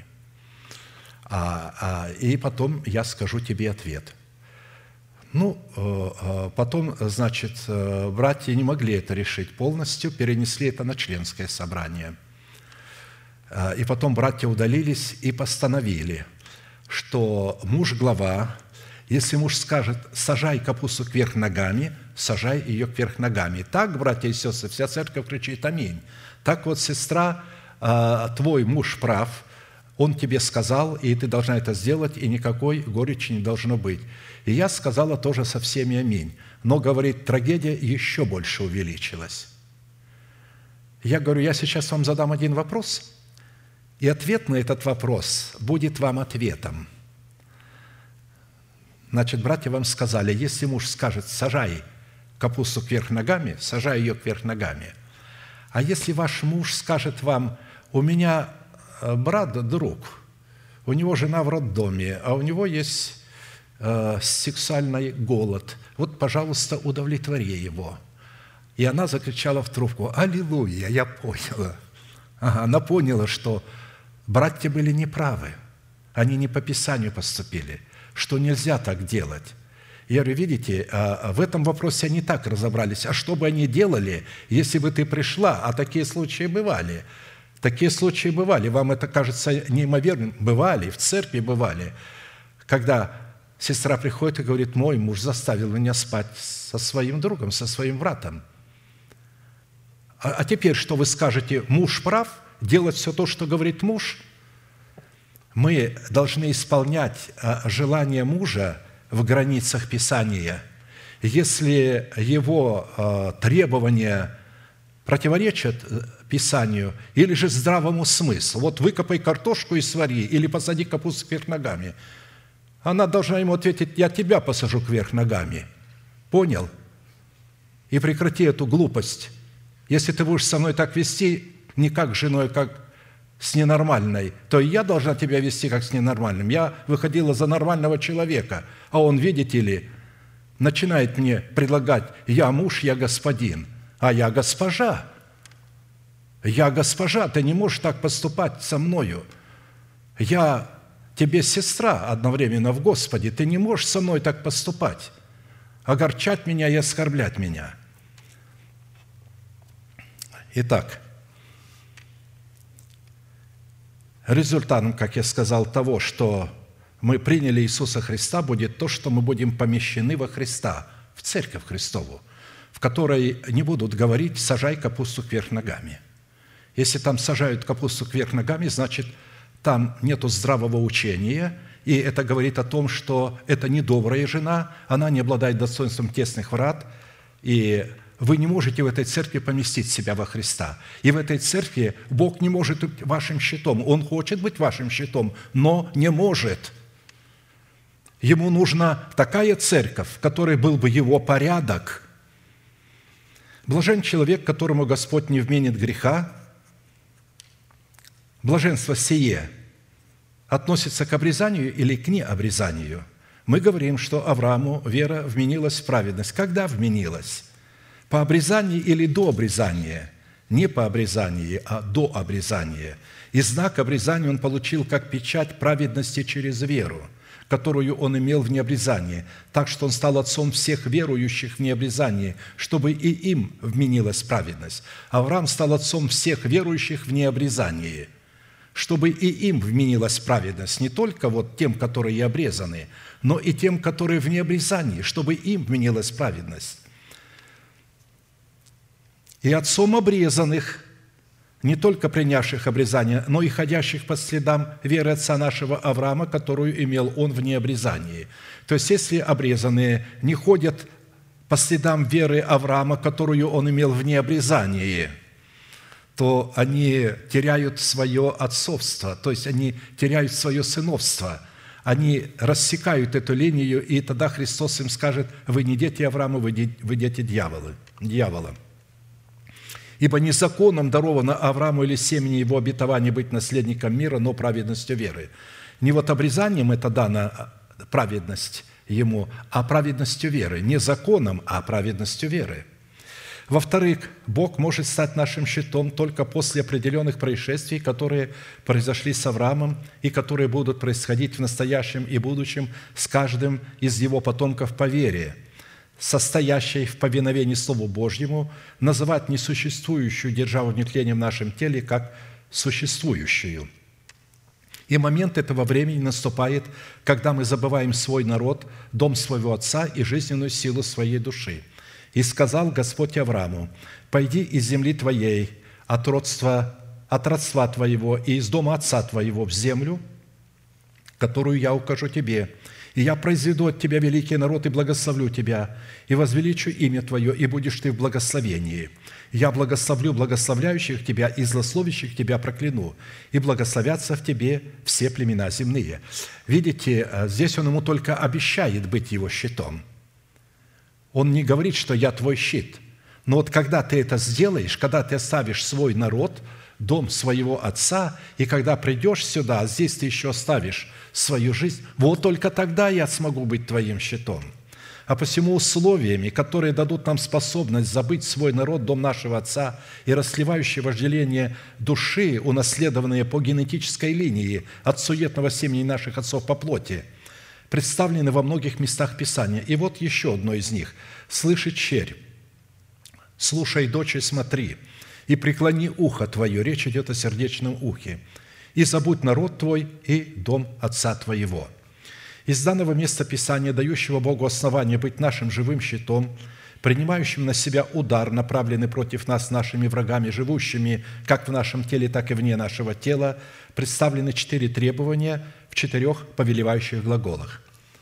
И потом я скажу тебе ответ. Потом, значит, братья не могли это решить полностью, перенесли это на членское собрание. И потом братья удалились и постановили, что муж-глава, если муж скажет «сажай капусту кверх ногами», сажай ее кверх ногами. Так, братья и сестры, вся церковь кричит «Аминь». Так вот, сестра, твой муж прав, он тебе сказал, и ты должна это сделать, и никакой горечи не должно быть. И я сказала тоже со всеми «Аминь». Но, говорит, трагедия еще больше увеличилась. Я говорю, я сейчас вам задам один вопрос, и ответ на этот вопрос будет вам ответом. Значит, братья вам сказали, если муж скажет «сажай капусту кверх ногами», сажай ее кверх ногами. А если ваш муж скажет вам «у меня брат, друг, у него жена в роддоме, а у него есть сексуальный голод, вот, пожалуйста, удовлетвори его». И она закричала в трубку «Аллилуйя, я поняла». Она поняла, что братья были неправы, они не по Писанию поступили, что нельзя так делать. Я говорю, видите, в этом вопросе они так разобрались. А что бы они делали, если бы ты пришла? А такие случаи бывали. Такие случаи бывали. Вам это кажется неимоверным? Бывали, в церкви бывали. Когда сестра приходит и говорит, мой муж заставил меня спать со своим другом, со своим братом. А теперь что вы скажете? Муж прав? Делать все то, что говорит муж? Мы должны исполнять желание мужа в границах Писания. Если его требования противоречат Писанию или же здравому смыслу, вот выкопай картошку и свари, или посади капусту кверх ногами, она должна ему ответить, я тебя посажу кверх ногами. Понял? И прекрати эту глупость. Если ты будешь со мной так вести, не как с женой, как с ненормальной, то и я должна тебя вести как с ненормальным. Я выходила за нормального человека, а он, видите ли, начинает мне предлагать, я муж, я господин, а я госпожа. Я госпожа, ты не можешь так поступать со мною. Я тебе сестра одновременно в Господе, ты не можешь со мной так поступать, огорчать меня и оскорблять меня. Итак, результатом, как я сказал, того, что мы приняли Иисуса Христа, будет то, что мы будем помещены во Христа, в Церковь Христову, в которой не будут говорить «сажай капусту кверх ногами». Если там сажают капусту кверх ногами, значит, там нету здравого учения, и это говорит о том, что это недобрая жена, она не обладает достоинством тесных врат, и вы не можете в этой церкви поместить себя во Христа. И в этой церкви Бог не может быть вашим щитом. Он хочет быть вашим щитом, но не может. Ему нужна такая церковь, в которой был бы его порядок. Блажен человек, которому Господь не вменит греха. Блаженство сие относится к обрезанию или к необрезанию? Мы говорим, что Аврааму вера вменилась в праведность. Когда вменилась? По обрезании или до обрезания? Не по обрезании, а до обрезания. И знак обрезания он получил как печать праведности через веру, которую он имел в необрезании, так что он стал отцом всех верующих в необрезании, чтобы и им вменилась праведность. Авраам стал отцом всех верующих в необрезании, чтобы и им вменилась праведность, не только вот тем, которые обрезаны, но и тем, которые в необрезании, чтобы им вменилась праведность. И отцом обрезанных, не только принявших обрезание, но и ходящих по следам веры отца нашего Авраама, которую имел он в необрезании. То есть, если обрезанные не ходят по следам веры Авраама, которую он имел в необрезании, то они теряют свое отцовство, то есть они теряют свое сыновство. Они рассекают эту линию, и тогда Христос им скажет, вы не дети Авраама, вы дети дьявола. Ибо не законом даровано Аврааму или семени его обетования быть наследником мира, но праведностью веры. Не вот обрезанием это дана праведность ему, а праведностью веры. Не законом, а праведностью веры. Во-вторых, Бог может стать нашим щитом только после определенных происшествий, которые произошли с Авраамом и которые будут происходить в настоящем и будущем с каждым из его потомков по вере, состоящей в повиновении Слову Божьему, называть несуществующую державу внетления в нашем теле как существующую. И момент этого времени наступает, когда мы забываем свой народ, дом своего отца и жизненную силу своей души. «И сказал Господь Аврааму: пойди из земли твоей, от родства твоего и из дома отца твоего в землю, которую я укажу тебе, и я произведу от тебя великий народ и благословлю тебя, и возвеличу имя твое, и будешь ты в благословении. Я благословлю благословляющих тебя, и злословящих тебя прокляну, и благословятся в тебе все племена земные». Видите, здесь он ему только обещает быть его щитом. Он не говорит, что «я твой щит». Но вот когда ты это сделаешь, когда ты оставишь свой народ, дом своего отца, и когда придешь сюда, а здесь ты еще оставишь свою жизнь, вот только тогда я смогу быть твоим щитом. А посему условиями, которые дадут нам способность забыть свой народ, дом нашего отца, и расслевающее вожделение души, унаследованные по генетической линии от суетного семени наших отцов по плоти, представлены во многих местах Писания. И вот еще одно из них. «Слышит черь, слушай, дочь, и смотри, и преклони ухо твое». Речь идет о сердечном ухе. «И забудь народ твой и дом отца твоего». Из данного места Писания, дающего Богу основание быть нашим живым щитом, принимающим на себя удар, направленный против нас нашими врагами, живущими как в нашем теле, так и вне нашего тела, представлены 4 требования в 4 повелевающих глаголах.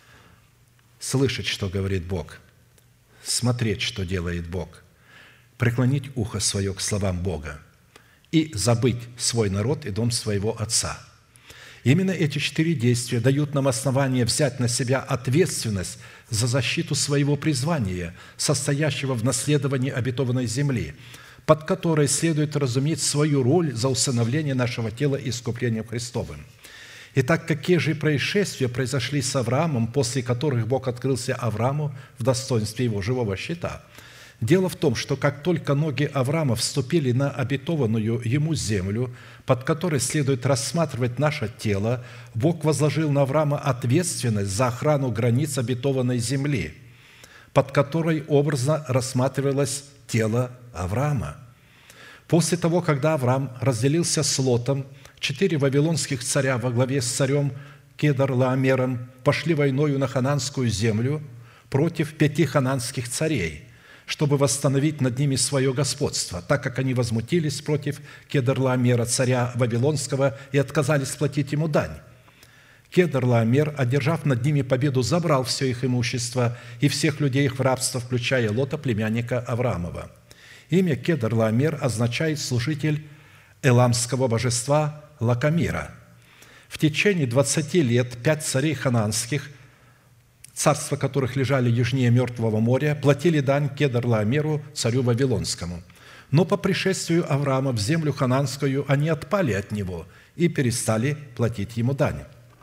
Слышать, что говорит Бог, смотреть, что делает Бог, преклонить ухо свое к словам Бога и забыть свой народ и дом своего отца. Именно эти 4 действия дают нам основание взять на себя ответственность за защиту своего призвания, состоящего в наследовании обетованной земли, под которой следует разуметь свою роль за усыновление нашего тела искуплением Христовым. Итак, какие же происшествия произошли с Авраамом, после которых Бог открылся Аврааму в достоинстве его живого щита? Дело в том, что как только ноги Авраама вступили на обетованную ему землю, под которой следует рассматривать наше тело, Бог возложил на Авраама ответственность за охрану границ обетованной земли, под которой образно рассматривалось тело Авраама. После того, когда Авраам разделился с Лотом, 4 вавилонских царя во главе с царем Кедар-Лаомером пошли войною на хананскую землю против 5 хананских царей, чтобы восстановить над ними свое господство, так как они возмутились против Кедор-Лаомера, царя Вавилонского, и отказались платить ему дань. Кедор-Лаомер, одержав над ними победу, забрал все их имущество и всех людей их в рабство, включая Лота, племянника Авраамова. Имя Кедор-Лаомер означает «служитель эламского божества Лакамира». В течение 20 лет 5 царей хананских, царства которых лежали южнее Мертвого моря, платили дань Кедор-Лаомеру, царю Вавилонскому. Но по пришествию Авраама в землю хананскую они отпали от него и перестали платить ему дань.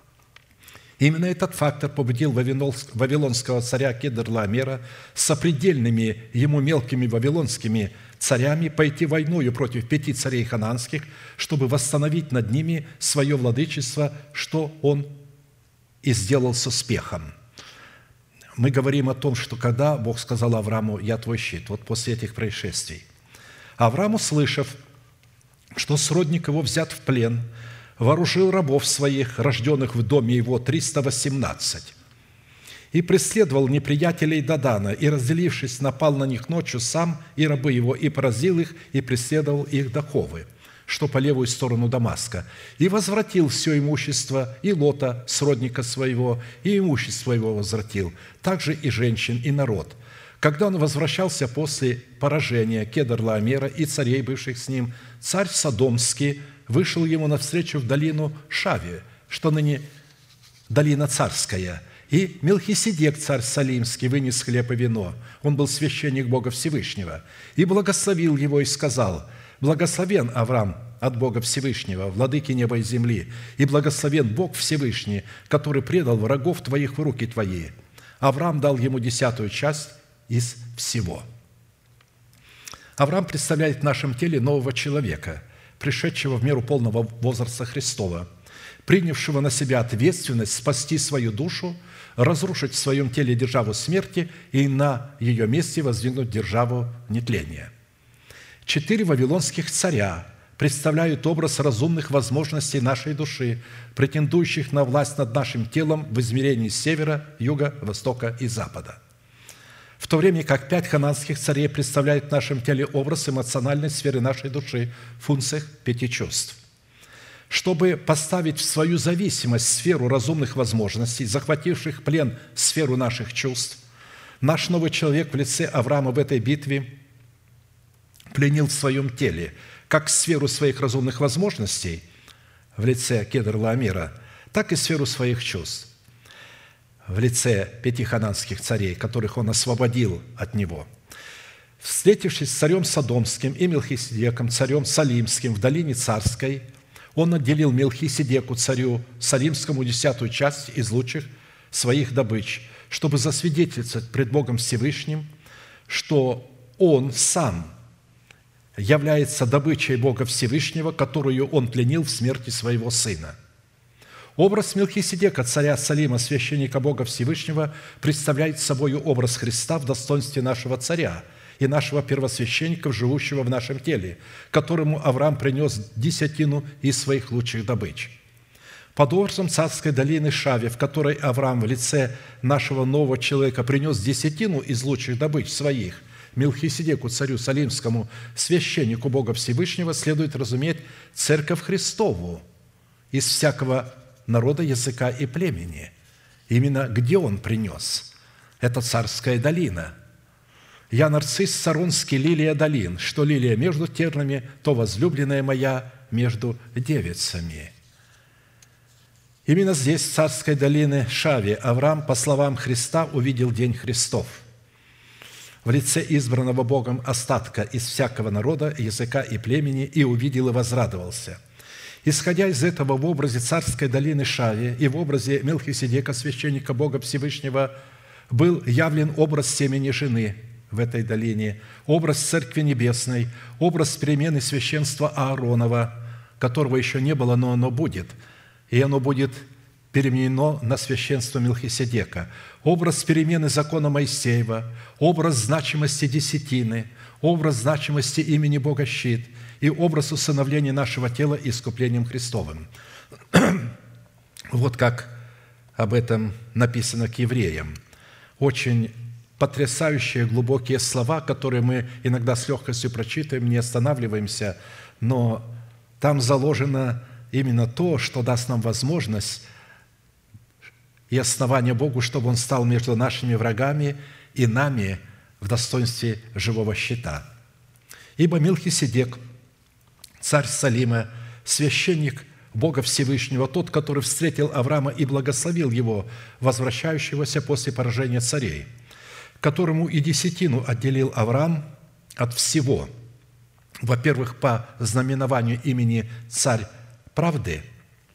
Именно этот фактор побудил вавилонского царя Кедор-Лаомера с сопредельными ему мелкими вавилонскими царями пойти войною против 5 царей хананских, чтобы восстановить над ними свое владычество, что он и сделал с успехом. Мы говорим о том, что когда Бог сказал Аврааму: «Я твой щит», вот после этих происшествий, Авраам, услышав, что сродник его взят в плен, вооружил рабов своих, рожденных в доме его, 318, и преследовал неприятелей до Дана, и, разделившись, напал на них ночью сам и рабы его, и поразил их, и преследовал их до Ховы, что по левую сторону Дамаска, и возвратил все имущество, и Лота, сродника своего, и имущество его возвратил, также и женщин, и народ. Когда он возвращался после поражения Кедор-Лаомера и царей, бывших с ним, царь Содомский вышел ему навстречу в долину Шаве, что ныне долина царская, и Мелхиседек, царь Салимский, вынес хлеб и вино. Он был священник Бога Всевышнего, и благословил его, и сказал: «Благословен Авраам от Бога Всевышнего, владыки неба и земли, и благословен Бог Всевышний, который предал врагов твоих в руки твои». Авраам дал ему 10-ю часть из всего. Авраам представляет в нашем теле нового человека, пришедшего в меру полного возраста Христова, принявшего на себя ответственность спасти свою душу, разрушить в своем теле державу смерти и на ее месте воздвигнуть державу нетления. 4 вавилонских царя представляют образ разумных возможностей нашей души, претендующих на власть над нашим телом в измерении севера, юга, востока и запада. В то время как 5 хананских царей представляют в нашем теле образ эмоциональной сферы нашей души в функциях 5 чувств. Чтобы поставить в свою зависимость сферу разумных возможностей, захвативших в плен сферу наших чувств, наш новый человек в лице Авраама в этой битве пленил в своем теле как сферу своих разумных возможностей в лице Кедр-Лаомира, так и сферу своих чувств в лице 5 хананских царей, которых он освободил от него. Встретившись с царем Содомским и Мелхиседеком, царем Салимским в долине Царской, он отделил Мелхиседеку, царю Салимскому, 10-ю часть из лучших своих добыч, чтобы засвидетельствовать пред Богом Всевышним, что он сам является добычей Бога Всевышнего, которую он пленил в смерти своего сына. Образ Мелхиседека, царя Салима, священника Бога Всевышнего, представляет собой образ Христа в достоинстве нашего царя и нашего первосвященника, живущего в нашем теле, которому Авраам принес десятину из своих лучших добыч. Под образом царской долины Шаве, в которой Авраам в лице нашего нового человека принес десятину из лучших добыч своих, Мелхиседеку, царю Салимскому, священнику Бога Всевышнего, следует разуметь Церковь Христову из всякого народа, языка и племени. Именно где он принес? Это царская долина. «Я нарцисс саронский, лилия долин, что лилия между тернами, то возлюбленная моя между девицами». Именно здесь, в царской долине Шаве, Авраам, по словам Христа, увидел день Христов в лице избранного Богом остатка из всякого народа, языка и племени, и увидел и возрадовался. Исходя из этого, в образе царской долины Шаве и в образе Мелхиседека, священника Бога Всевышнего, был явлен образ семени жены в этой долине, образ Церкви Небесной, образ перемены священства Ааронова, которого еще не было, но оно будет, и оно будет переменено на священство Мелхиседека, образ перемены закона Моисеева, образ значимости десятины, образ значимости имени Бога Щит и образ усыновления нашего тела искуплением Христовым. Вот как об этом написано к евреям. Очень потрясающие, глубокие слова, которые мы иногда с легкостью прочитаем, не останавливаемся, но там заложено именно то, что даст нам возможность и основание Богу, чтобы Он стал между нашими врагами и нами в достоинстве живого щита. Ибо Мелхиседек, царь Салима, священник Бога Всевышнего, тот, который встретил Авраама и благословил его, возвращающегося после поражения царей, которому и десятину отделил Авраам от всего, во-первых, по знаменованию имени «Царь правды»,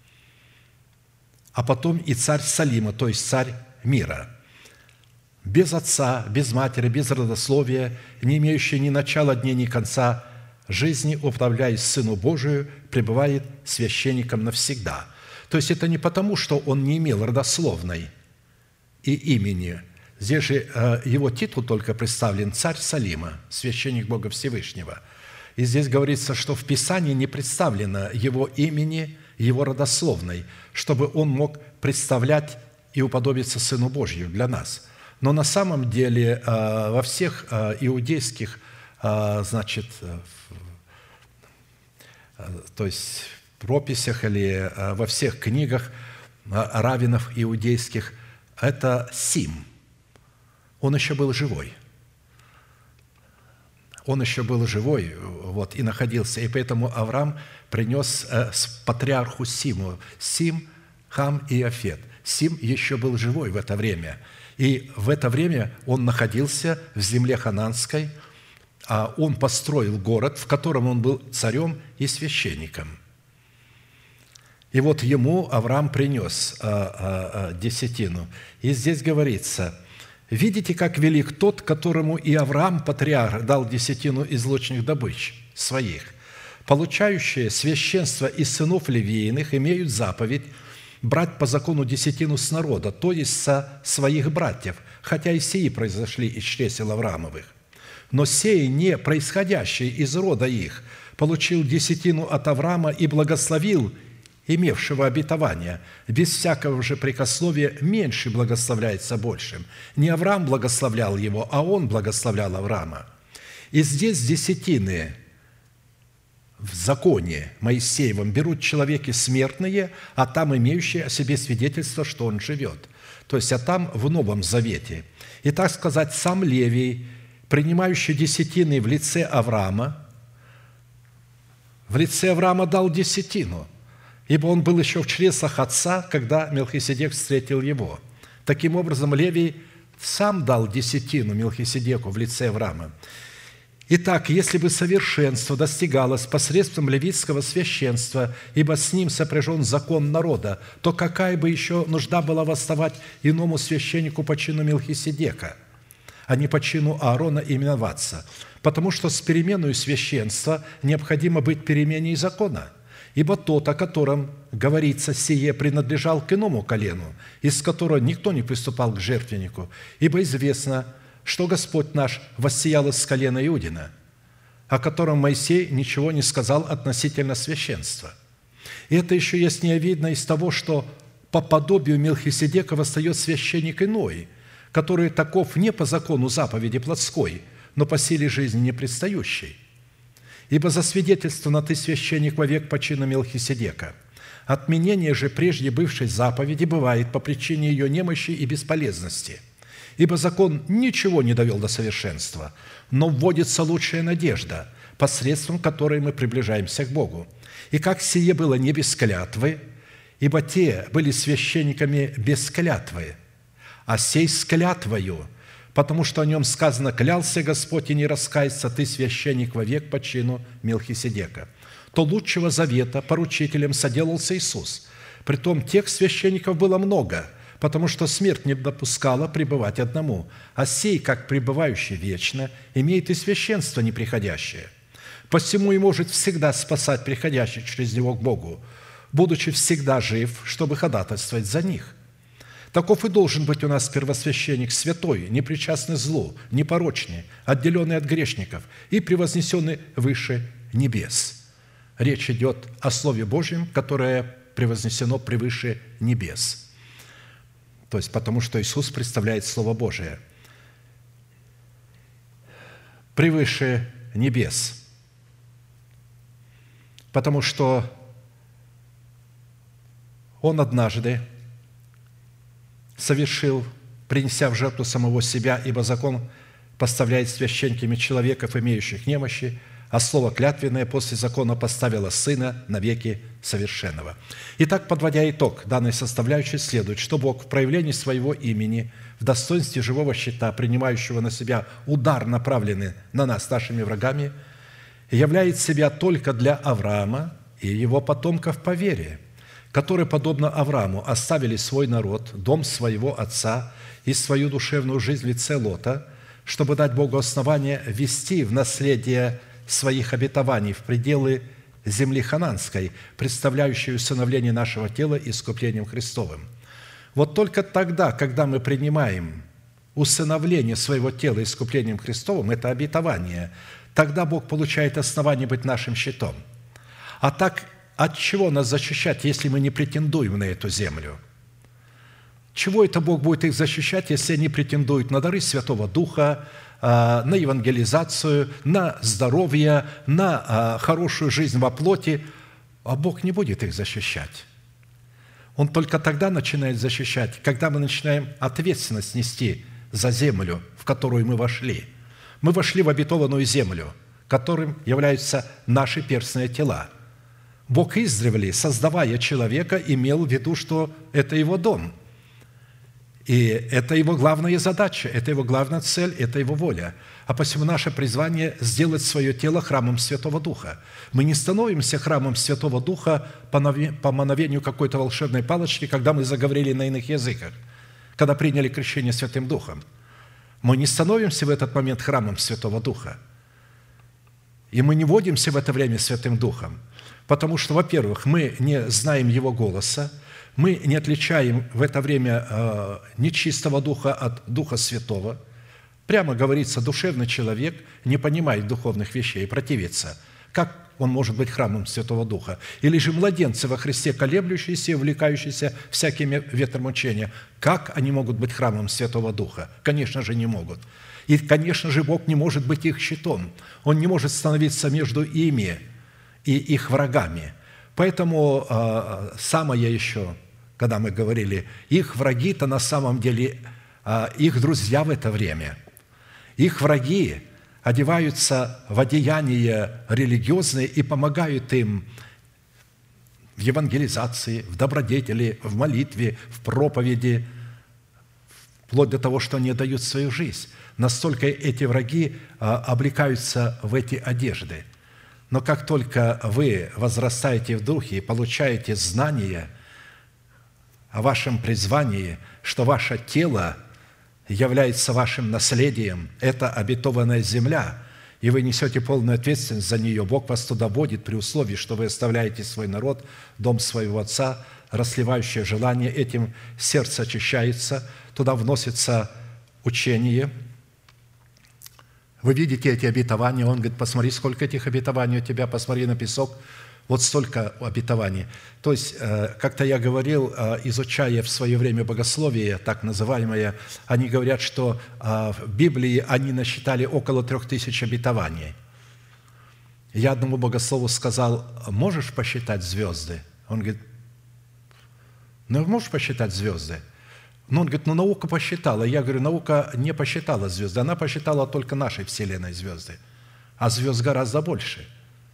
а потом и царь Салима, то есть царь мира, без отца, без матери, без родословия, не имеющий ни начала дней, ни конца жизни, управляясь Сыну Божию, пребывает священником навсегда. То есть это не потому, что он не имел родословной и имени. Здесь же его титул только представлен «Царь Салима», священник Бога Всевышнего. И здесь говорится, что в Писании не представлено его имени, его родословной, чтобы он мог представлять и уподобиться Сыну Божию для нас. Но на самом деле во всех иудейских, значит, то есть прописях или во всех книгах раввинов иудейских, это Сим. Он еще был живой. Он еще был живой и находился. И поэтому Авраам принес патриарху Симу. Сим, Хам и Иафет. Сим еще был живой в это время. И в это время он находился в земле хананской, а он построил город, в котором он был царем и священником. И вот ему Авраам принес десятину. И здесь говорится, Видите, как велик тот, которому и Авраам, патриарх, дал десятину из лучших добыч своих. Получающие священство из сынов Левииных имеют заповедь брать по закону десятину с народа, то есть со своих братьев, хотя и сии произошли из чресел Авраамовых. Но сей, не происходящий из рода их, получил десятину от Авраама и благословил имевшего обетование. Без всякого же прикословия меньший благословляется большим. Не Авраам благословлял его, а он благословлял Авраама. И здесь десятины в законе Моисеевом берут человеки смертные, а там имеющие о себе свидетельство, что он живет. То есть, а там в Новом Завете. И так сказать, сам Левий, принимающий десятины в лице Авраама дал десятину, ибо он был еще в чреслах отца, когда Мелхиседек встретил его. Таким образом, Левий сам дал десятину Мелхиседеку в лице Авраама. Итак, если бы совершенство достигалось посредством левитского священства, ибо с ним сопряжен закон народа, то какая бы еще нужда была восставать иному священнику по чину Мелхиседека, а не по чину Аарона именоваться? Потому что с переменою священства необходимо быть переменей закона. Ибо тот, о котором говорится, сие принадлежал к иному колену, из которого никто не приступал к жертвеннику, ибо известно, что Господь наш воссиял из колена Иудина, о котором Моисей ничего не сказал относительно священства. И это еще яснее видно из того, что по подобию Мелхиседека восстает священник иной, который таков не по закону заповеди плотской, но по силе жизни непредстающей. Ибо засвидетельствовано ты священник вовек по чину Мелхиседека. Отменение же прежде бывшей заповеди бывает по причине ее немощи и бесполезности. Ибо закон ничего не довел до совершенства, но вводится лучшая надежда, посредством которой мы приближаемся к Богу. И как сие было не без клятвы, ибо те были священниками без клятвы, а сей с клятвою, потому что о нем сказано: «Клялся Господь, и не раскается ты, священник, вовек по чину Мелхиседека». То лучшего завета поручителем соделался Иисус. Притом тех священников было много, потому что смерть не допускала пребывать одному, а сей, как пребывающий вечно, имеет и священство неприходящее. Посему и может всегда спасать приходящих через него к Богу, будучи всегда жив, чтобы ходатайствовать за них. Таков и должен быть у нас первосвященник святой, непричастный злу, непорочный, отделенный от грешников и превознесенный выше небес. Речь идет о Слове Божьем, которое превознесено превыше небес. То есть, потому что Иисус представляет Слово Божие превыше небес. Потому что Он однажды совершил, принеся в жертву самого себя, ибо закон поставляет священниками человеков, имеющих немощи, а слово клятвенное после закона поставило Сына навеки совершенного. Итак, подводя итог данной составляющей, следует, что Бог в проявлении Своего имени, в достоинстве живого щита, принимающего на себя удар, направленный на нас нашими врагами, являет себя только для Авраама и его потомков по вере, которые, подобно Аврааму, оставили свой народ, дом своего отца и свою душевную жизнь в лице Лота, чтобы дать Богу основание вести в наследие своих обетований в пределы земли хананской, представляющей усыновление нашего тела искуплением Христовым. Вот только тогда, когда мы принимаем усыновление своего тела искуплением Христовым, это обетование, тогда Бог получает основание быть нашим щитом. А так, от чего нас защищать, если мы не претендуем на эту землю? Чего это Бог будет их защищать, если они претендуют на дары Святого Духа, на евангелизацию, на здоровье, на хорошую жизнь во плоти? А Бог не будет их защищать. Он только тогда начинает защищать, когда мы начинаем ответственность нести за землю, в которую мы вошли. Мы вошли в обетованную землю, которым являются наши перстные тела. Бог издревле, создавая человека, имел в виду, что это его дом. И это его главная задача, это его главная цель, это его воля. А посему наше призвание – сделать свое тело храмом Святого Духа. Мы не становимся храмом Святого Духа по мановению какой-то волшебной палочки, когда мы заговорили на иных языках, когда приняли крещение Святым Духом. Мы не становимся в этот момент храмом Святого Духа. И мы не водимся в это время Святым Духом, потому что, во-первых, мы не знаем Его голоса, мы не отличаем в это время нечистого духа от Духа Святого. Прямо говорится, душевный человек не понимает духовных вещей и противится. Как он может быть храмом Святого Духа? Или же младенцы во Христе, колеблющиеся и увлекающиеся всякими ветром учения, как они могут быть храмом Святого Духа? Конечно же, не могут. И, конечно же, Бог не может быть их щитом. Он не может становиться между ими и их врагами. Поэтому самое еще, когда мы говорили, их враги-то на самом деле их друзья в это время. Их враги одеваются в одеяния религиозные и помогают им в евангелизации, в добродетели, в молитве, в проповеди, вплоть до того, что они дают свою жизнь. Настолько эти враги облекаются в эти одежды. Но как только вы возрастаете в духе и получаете знание о вашем призвании, что ваше тело является вашим наследием, это обетованная земля, и вы несете полную ответственность за нее, Бог вас туда водит при условии, что вы оставляете свой народ, дом своего отца, расливающее желание, этим сердце очищается, туда вносится учение. Вы видите эти обетования, он говорит, посмотри, сколько этих обетований у тебя, посмотри на песок, вот столько обетований. То есть, как-то я говорил, изучая в свое время богословие, так называемое, они говорят, что в Библии они насчитали около 3000 обетований. Я одному богослову сказал, можешь посчитать звезды? Он говорит, ну, можешь посчитать звезды? Ну, он говорит, ну, наука посчитала. Я говорю, наука не посчитала звезды, она посчитала только нашей Вселенной звезды, а звезд гораздо больше.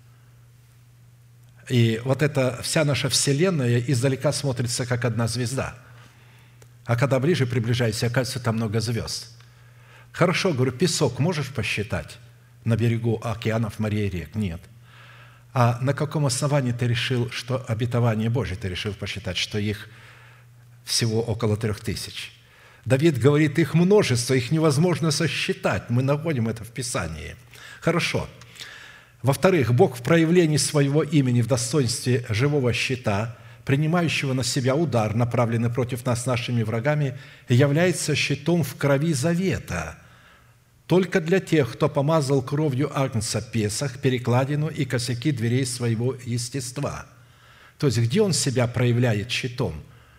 И вот эта вся наша Вселенная издалека смотрится, как одна звезда. А когда ближе приближаешься, оказывается, там много звезд. Хорошо, говорю, песок можешь посчитать на берегу океанов, морей и рек? Нет. А на каком основании ты решил, что обетование Божие ты решил посчитать, что их всего около 3000? Давид говорит, их множество, их невозможно сосчитать. Мы находим это в Писании. Хорошо. Во-вторых, Бог в проявлении своего имени в достоинстве живого щита, принимающего на себя удар, направленный против нас нашими врагами, является щитом в крови завета, только для тех, кто помазал кровью Агнца Песах, перекладину и косяки дверей своего естества. То есть, где он себя проявляет щитом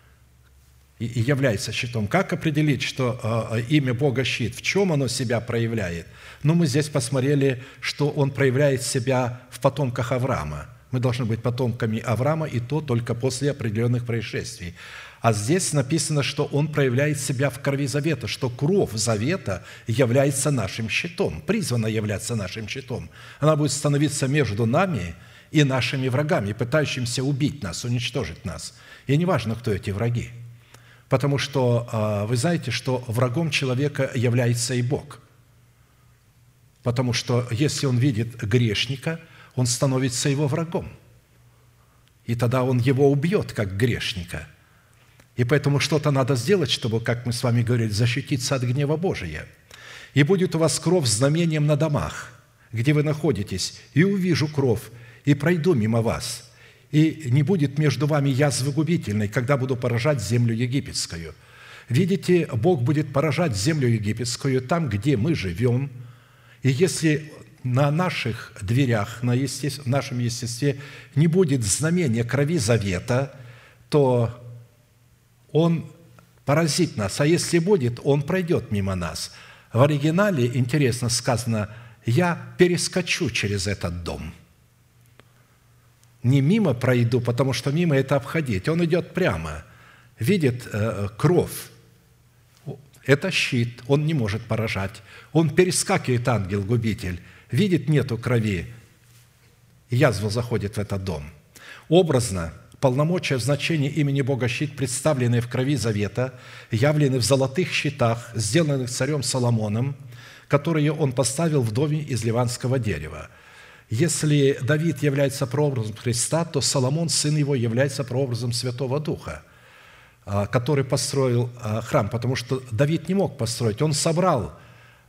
и является щитом? Как определить, что имя Бога щит? В чем оно себя проявляет? Ну, мы здесь посмотрели, что он проявляет себя в потомках Авраама. Мы должны быть потомками Авраама, и то только после определенных происшествий. А здесь написано, что он проявляет себя в крови завета, что кровь завета является нашим щитом, призвана являться нашим щитом. Она будет становиться между нами и нашими врагами, пытающимися убить нас, уничтожить нас. И неважно, кто эти враги. Потому что вы знаете, что врагом человека является и Бог. Потому что если он видит грешника, он становится его врагом. И тогда он его убьет, как грешника. И поэтому что-то надо сделать, чтобы, как мы с вами говорили, защититься от гнева Божия. «И будет у вас кровь знамением на домах, где вы находитесь, и увижу кровь, и пройду мимо вас, и не будет между вами язвы губительной, когда буду поражать землю египетскую». Видите, Бог будет поражать землю египетскую там, где мы живем. И если на наших дверях, в нашем естестве не будет знамения крови завета, то он поразит нас. А если будет, он пройдет мимо нас. В оригинале, интересно сказано, «я перескочу через этот дом». Не мимо пройду, потому что мимо это обходить. Он идет прямо, видит кровь. Это щит, он не может поражать. Он перескакивает, ангел-губитель, видит, нету крови, язва заходит в этот дом. Образно, полномочия в значении имени Бога щит, представленные в крови завета, явлены в золотых щитах, сделанных царем Соломоном, которые он поставил в доме из ливанского дерева. Если Давид является прообразом Христа, то Соломон, сын его, является прообразом Святого Духа, который построил храм, потому что Давид не мог построить. Он собрал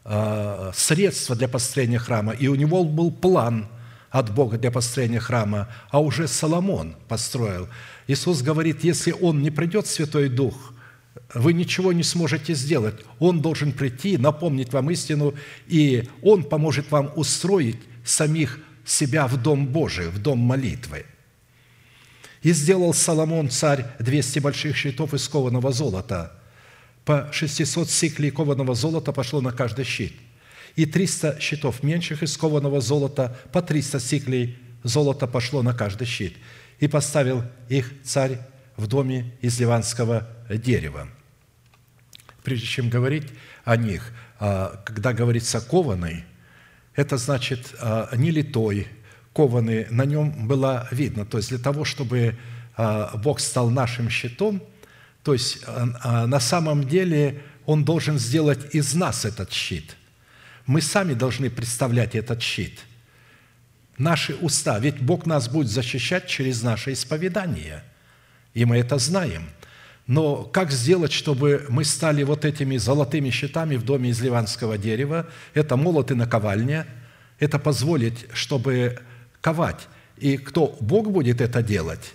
средства для построения храма, и у него был план от Бога для построения храма, а уже Соломон построил. Иисус говорит, если Он не придет, Святой Дух, вы ничего не сможете сделать. Он должен прийти, напомнить вам истину, и Он поможет вам устроить самих себя в Дом Божий, в Дом молитвы. «И сделал Соломон, царь, 200 больших щитов из кованого золота. По 600 сиклей кованого золота пошло на каждый щит. И 300 щитов меньших из кованого золота, по 300 сиклей золота пошло на каждый щит. И поставил их царь в доме из ливанского дерева». Прежде чем говорить о них, когда говорится «кованый», это значит не литой, кованый, на нем было видно. То есть для того, чтобы Бог стал нашим щитом, то есть на самом деле Он должен сделать из нас этот щит. Мы сами должны представлять этот щит. Наши уста, ведь Бог нас будет защищать через наше исповедание, и мы это знаем. Но как сделать, чтобы мы стали вот этими золотыми щитами в доме из ливанского дерева? Это молот и наковальня. Это позволить, чтобы ковать. И кто? Бог будет это делать?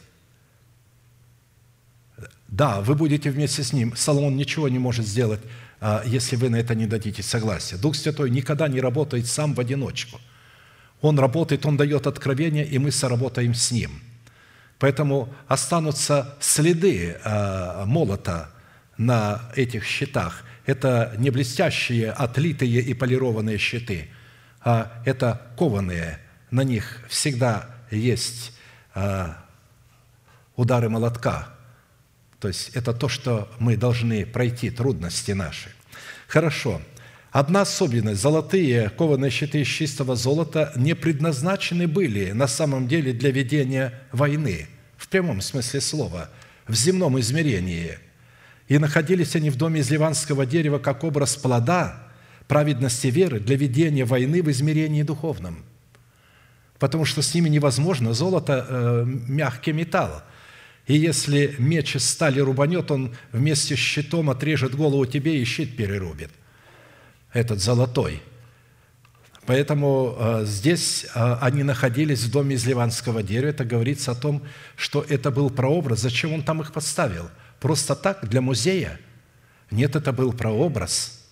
Да, вы будете вместе с Ним. Соломон ничего не может сделать, если вы на это не дадите согласия. Дух Святой никогда не работает сам в одиночку. Он работает, Он дает откровение, и мы соработаем с Ним. Поэтому останутся следы молота на этих щитах. Это не блестящие, отлитые и полированные щиты, а это кованые. На них всегда есть удары молотка. То есть это то, что мы должны пройти, трудности наши. Хорошо. Одна особенность. Золотые кованые щиты из чистого золота не предназначены были на самом деле для ведения войны, в прямом смысле слова, в земном измерении. И находились они в доме из ливанского дерева как образ плода праведности веры для ведения войны в измерении духовном. Потому что с ними невозможно. Золото – мягкий металл. И если меч из стали рубанет, он вместе с щитом отрежет голову тебе и щит перерубит. Этот золотой. Поэтому здесь они находились в доме из ливанского дерева. Это говорится о том, что это был прообраз. Зачем он там их поставил? Просто так, для музея? Нет, это был прообраз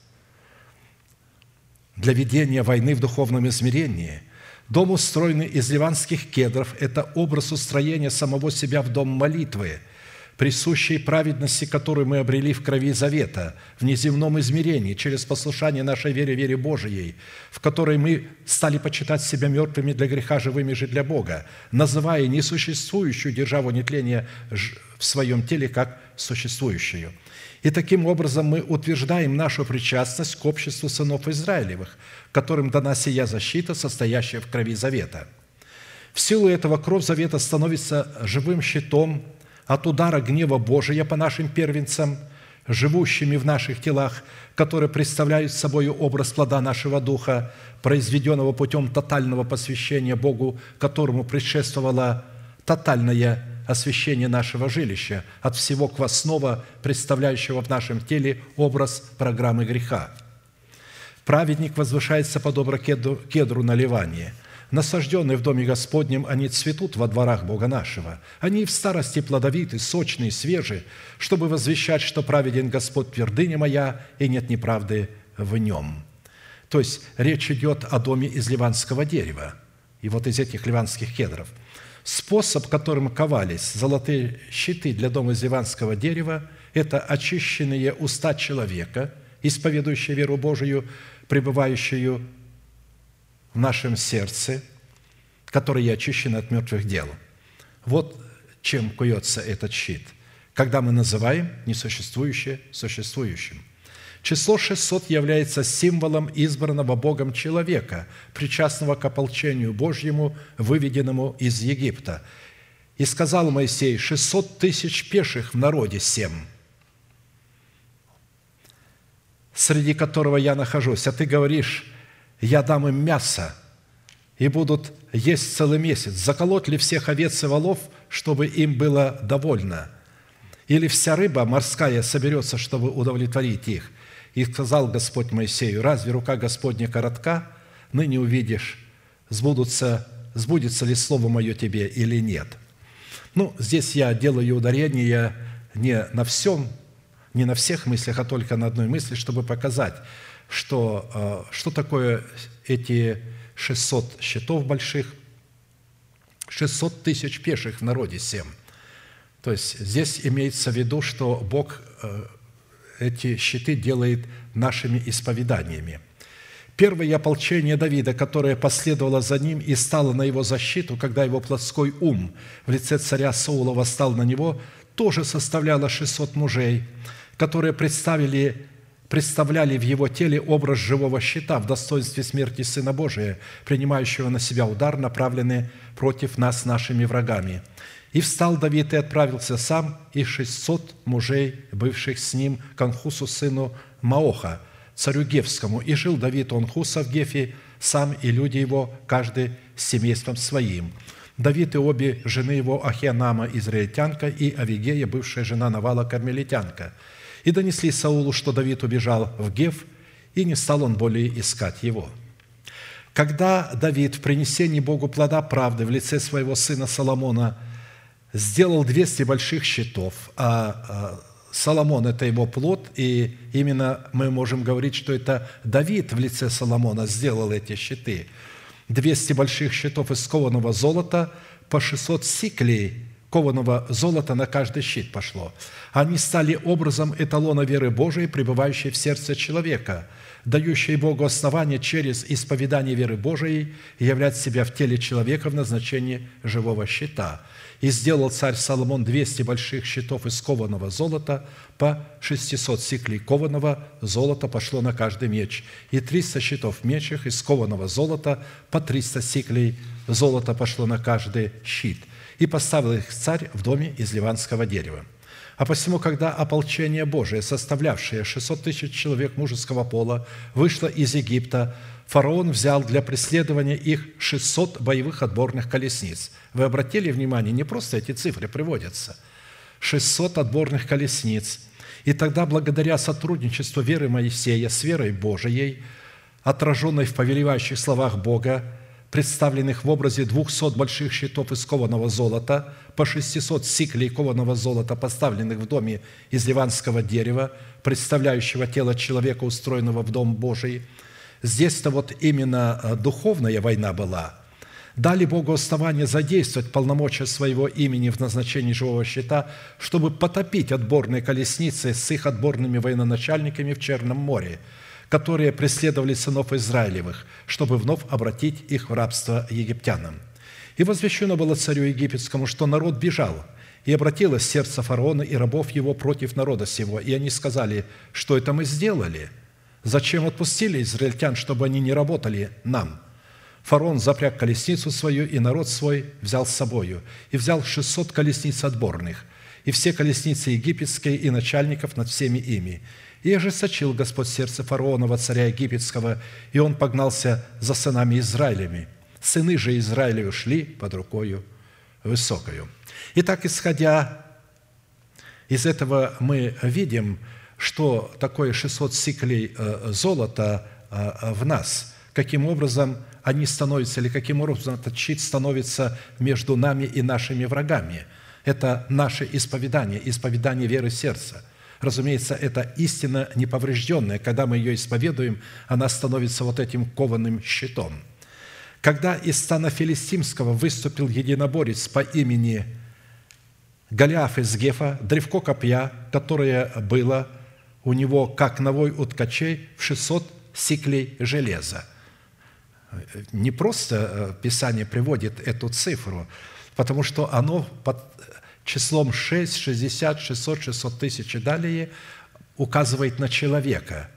для ведения войны в духовном измерении. Дом, устроенный из ливанских кедров, это образ устроения самого себя в дом молитвы, присущей праведности, которую мы обрели в крови завета, в неземном измерении, через послушание нашей вере Божией, в которой мы стали почитать себя мертвыми для греха, живыми же для Бога, называя несуществующую державу нетления в своем теле как существующую. И таким образом мы утверждаем нашу причастность к обществу сынов Израилевых, которым дана сия защита, состоящая в крови завета. В силу этого кровь завета становится живым щитом от удара гнева Божия по нашим первенцам, живущими в наших телах, которые представляют собой образ плода нашего духа, произведенного путем тотального посвящения Богу, которому предшествовало тотальное освящение нашего жилища от всего квасного, представляющего в нашем теле образ программы греха. Праведник возвышается подобно кедру на Ливане. Насажденные в доме Господнем, они цветут во дворах Бога нашего. Они в старости плодовиты, сочные, свежи, чтобы возвещать, что праведен Господь твердыня моя, и нет неправды в нем». То есть речь идет о доме из ливанского дерева, и вот из этих ливанских кедров. Способ, которым ковались золотые щиты для дома из ливанского дерева, это очищенные уста человека, исповедующие веру Божию, пребывающую в нашем сердце, которые очищены от мертвых дел. Вот чем куется этот щит, когда мы называем несуществующее существующим. Число 600 является символом избранного Богом человека, причастного к ополчению Божьему, выведенному из Египта. «И сказал Моисей: 600 тысяч пеших в народе сем, среди которого я нахожусь, а ты говоришь: я дам им мясо, и будут есть целый месяц. Заколоть ли всех овец и волов, чтобы им было довольно? Или вся рыба морская соберется, чтобы удовлетворить их? И сказал Господь Моисею: разве рука Господня коротка? Ныне увидишь, сбудется ли слово мое тебе или нет». Здесь я делаю ударение не на всех мыслях, а только на одной мысли, чтобы показать, что такое эти 600 щитов больших, 600 тысяч пеших в народе сем. То есть здесь имеется в виду, что Бог эти щиты делает нашими исповеданиями. Первое ополчение Давида, которое последовало за ним и стало на его защиту, когда его плотской ум в лице царя Саула восстал на него, тоже составляло 600 мужей, которые представляли в его теле образ живого щита в достоинстве смерти Сына Божия, принимающего на себя удар, направленный против нас нашими врагами. И встал Давид и отправился сам и 600 мужей, бывших с ним, к Анхусу сыну Маоха, царю Гефскому. И жил Давид у Анхуса в Гефе, сам и люди его, каждый с семейством своим. Давид и обе жены его, Ахианама, израильтянка, и Авигея, бывшая жена Навала, кармелитянка. И донесли Саулу, что Давид убежал в Геф, и не стал он более искать его. Когда Давид в принесении Богу плода правды в лице своего сына Соломона сделал 200 больших щитов, а Соломон – это его плод, и именно мы можем говорить, что это Давид в лице Соломона сделал эти щиты. 200 больших щитов из кованого золота, по 600 сиклей кованого золота на каждый щит пошло. Они стали образом эталона веры Божией, пребывающей в сердце человека, дающей Богу основание через исповедание веры Божией являть себя в теле человека в назначении живого щита. И сделал царь Соломон 200 больших щитов из кованого золота, по 600 сиклей кованого золота пошло на каждый меч, и 300 щитов мечих из кованого золота, по 300 сиклей золота пошло на каждый щит. И поставил их царь в доме из ливанского дерева. А посему, когда ополчение Божие, составлявшее 600 тысяч человек мужеского пола, вышло из Египта, фараон взял для преследования их 600 боевых отборных колесниц. Вы обратили внимание, не просто эти цифры приводятся. 600 отборных колесниц. И тогда, благодаря сотрудничеству веры Моисея с верой Божией, отраженной в повелевающих словах Бога, представленных в образе 200 больших щитов из кованого золота, по 600 сиклей кованого золота, поставленных в доме из ливанского дерева, представляющего тело человека, устроенного в Дом Божий. Здесь-то вот именно духовная война была. Дали Богу основание задействовать полномочия своего имени в назначении живого щита, чтобы потопить отборные колесницы с их отборными военачальниками в Черном море, которые преследовали сынов Израилевых, чтобы вновь обратить их в рабство египтянам. И возвещено было царю египетскому, что народ бежал, и обратилось сердце фараона и рабов его против народа сего. И они сказали: что это мы сделали? Зачем отпустили израильтян, чтобы они не работали нам? Фараон запряг колесницу свою, и народ свой взял с собою, и взял 600 колесниц отборных, и все колесницы египетские, и начальников над всеми ими. И ожесточил Господь сердце фараонова, царя египетского, и он погнался за сынами Израилевыми. Сыны же Израилевы шли под рукою высокою». Итак, исходя из этого, мы видим, что такое 600 сиклей золота в нас, каким образом они становятся, или каким образом этот щит становится между нами и нашими врагами. Это наше исповедание веры сердца. Разумеется, это истина неповрежденная. Когда мы ее исповедуем, она становится вот этим кованым щитом. Когда из стана филистимского выступил единоборец по имени Голиаф из Гефа, древко копья, которое было у него, как навой у ткачей, в 600 сиклей железа. Не просто Писание приводит эту цифру, потому что оно под числом 6, 60, 600, 600 тысяч и далее указывает на человека.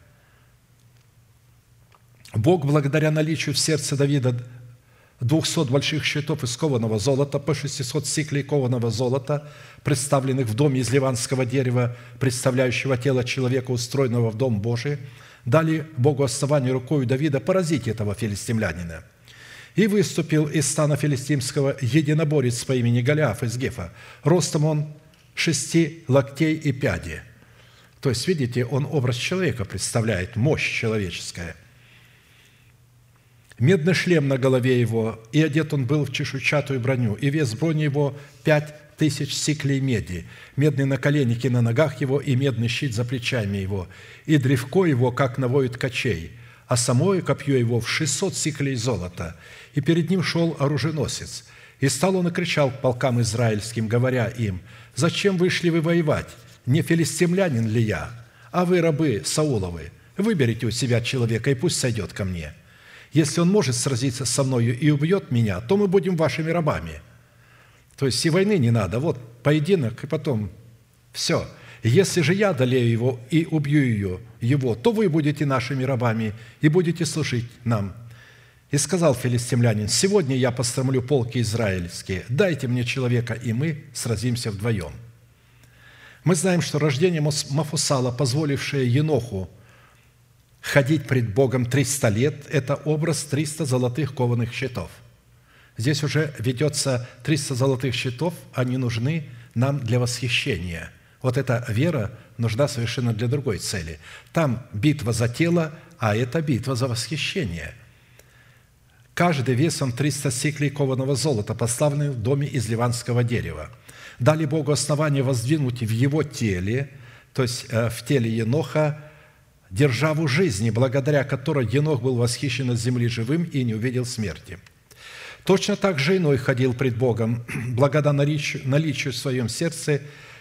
Бог, благодаря наличию в сердце Давида 200 больших щитов из кованого золота, по 600 сиклей кованого золота, представленных в доме из ливанского дерева, представляющего тело человека, устроенного в Дом Божий, дали Богу основание рукою Давида поразить этого филистимлянина. И выступил из стана филистимского единоборец по имени Голиаф из Гефа. Ростом он 6 локтей и пяди. То есть, видите, он образ человека представляет, мощь человеческая. Медный шлем на голове его, и одет он был в чешуйчатую броню, и вес брони его 5000 сиклей меди, медные наколенники на ногах его, и медный щит за плечами его, и древко его, как навою ткачей, а самое копье его в 600 сиклей золота. И перед ним шел оруженосец. И стал он и кричал к полкам израильским, говоря им: «Зачем вышли вы воевать? Не филистимлянин ли я? А вы, рабы Сауловы, выберите у себя человека, и пусть сойдет ко мне. Если он может сразиться со мною и убьет меня, то мы будем вашими рабами». То есть и войны не надо, вот поединок, и потом все. «Если же я одолею его и убью его, то вы будете нашими рабами и будете служить нам». И сказал филистимлянин: «Сегодня я посрамлю полки израильские, дайте мне человека, и мы сразимся вдвоем». Мы знаем, что рождение Мафусала, позволившее Еноху ходить пред Богом 300 лет, это образ 300 золотых кованых щитов. Здесь уже ведется 300 золотых щитов, они нужны нам для восхищения. Вот эта вера нужна совершенно для другой цели. Там битва за тело, а это битва за восхищение. Каждый весом 300 сиклей кованого золота, поставленный в доме из ливанского дерева. Дали Богу основание воздвинуть в его теле, то есть в теле Еноха, державу жизни, благодаря которой Енох был восхищен от земли живым и не увидел смерти. Точно так же Иной ходил пред Богом, благодаря наличию в своем сердце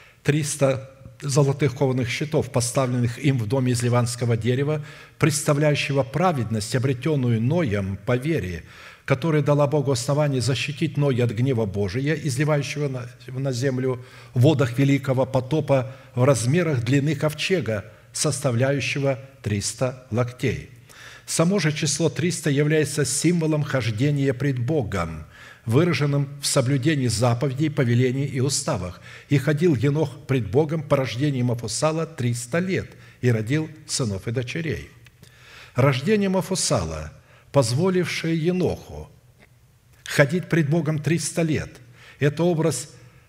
300 золотых кованых щитов, поставленных им в доме из ливанского дерева, представляющего праведность, обретенную Ноем по вере, которая дала Богу основание защитить Ноя от гнева Божия, изливающего на землю в водах великого потопа в размерах длины ковчега, составляющего 300 локтей. Само же число 300 является символом хождения пред Богом, выраженным в соблюдении заповедей, повелений и уставах. И ходил Енох пред Богом по рождению Мафусала 300 лет и родил сынов и дочерей. Рождение Мафусала, позволившее Еноху ходить пред Богом 300 лет, это образ,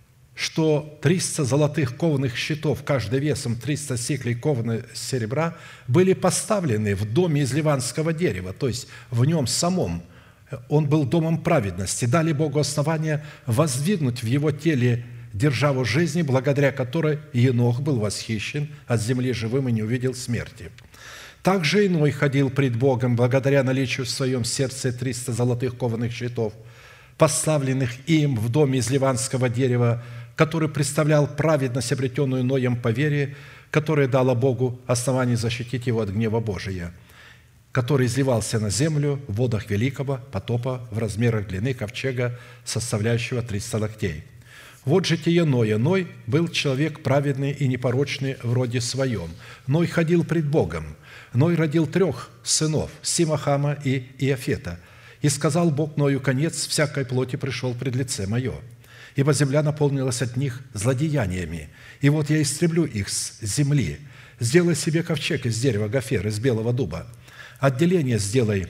что 300 золотых кованых щитов, каждый весом 300 сиклей кованого серебра, были поставлены в доме из ливанского дерева, то есть в нем самом. Он был домом праведности. Дали Богу основание воздвигнуть в его теле державу жизни, благодаря которой Енох был восхищен от земли живым и не увидел смерти. Также Иной ходил пред Богом, благодаря наличию в своем сердце 300 золотых кованых щитов, поставленных им в доме из ливанского дерева, который представлял праведность, обретенную Ноем по вере, которая дала Богу основание защитить его от гнева Божия, который изливался на землю в водах великого потопа в размерах длины ковчега, составляющего 300 локтей. Вот житие Ноя. Ной был человек праведный и непорочный в роде своем. Ной ходил пред Богом. Ной родил 3 сынов – Сима, Хама и Иафета. И сказал Бог Ною: конец всякой плоти пришел пред лице мое, ибо земля наполнилась от них злодеяниями. И вот я истреблю их с земли. Сделай себе ковчег из дерева гофер, из белого дуба. Отделение сделай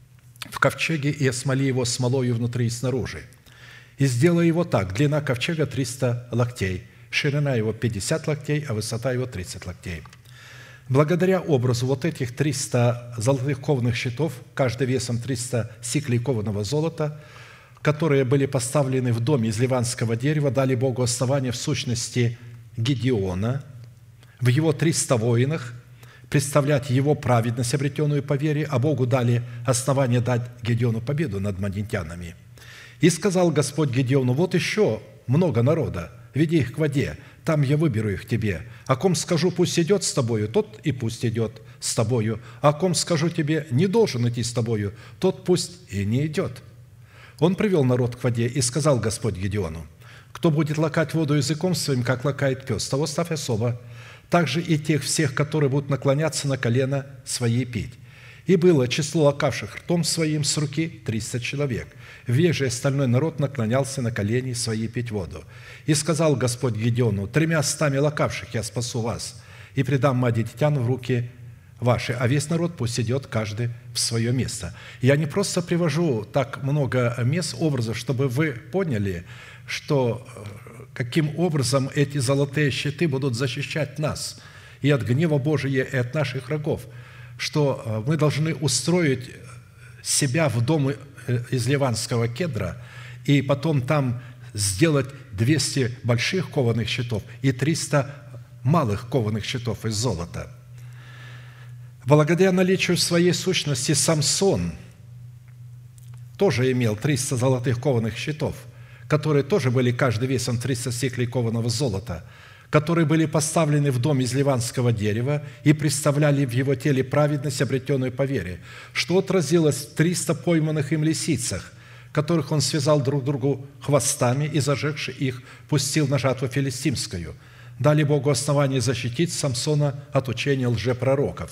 в ковчеге и осмоли его смолою внутри и снаружи. И сделай его так: длина ковчега 300 локтей, ширина его 50 локтей, а высота его 30 локтей. Благодаря образу вот этих 300 золотых кованых щитов, каждый весом 300 сиклей кованого золота, которые были поставлены в доме из ливанского дерева, дали Богу основание в сущности Гедеона, в его 300 воинах, представлять его праведность, обретенную по вере, а Богу дали основание дать Гедеону победу над мадьянтянами. И сказал Господь Гедеону: вот еще много народа, веди их к воде, там я выберу их тебе. О ком скажу, пусть идет с тобою, тот и пусть идет с тобою. О ком скажу тебе, не должен идти с тобою, тот пусть и не идет. Он привел народ к воде, и сказал Господь Гедеону: кто будет лакать воду языком своим, как лакает пес, того ставь особо. Также и тех всех, которые будут наклоняться на колено свои пить. И было число лакавших ртом своим с руки 300 человек. Весь же остальной народ наклонялся на колени свои пить воду. И сказал Господь Гедеону: 300 лакавших я спасу вас, и предам мадьянтян в руки ваши, а весь народ пусть идет каждый в свое место». Я не просто привожу так много мест, образов, чтобы вы поняли, что каким образом эти золотые щиты будут защищать нас. и от гнева Божия, и от наших врагов, что мы должны устроить себя в дом из ливанского кедра и потом там сделать 200 больших кованых щитов и 300 малых кованых щитов из золота. Благодаря наличию своей сущности Самсон тоже имел 300 золотых кованых щитов, которые тоже были каждый весом 300 сиклей кованого золота, которые были поставлены в дом из ливанского дерева и представляли в его теле праведность, обретенную по вере, что отразилось в 300 пойманных им лисицах, которых он связал друг другу хвостами и, зажегши их, пустил на жатву филистимскую. Дали Богу основание защитить Самсона от учения лжепророков.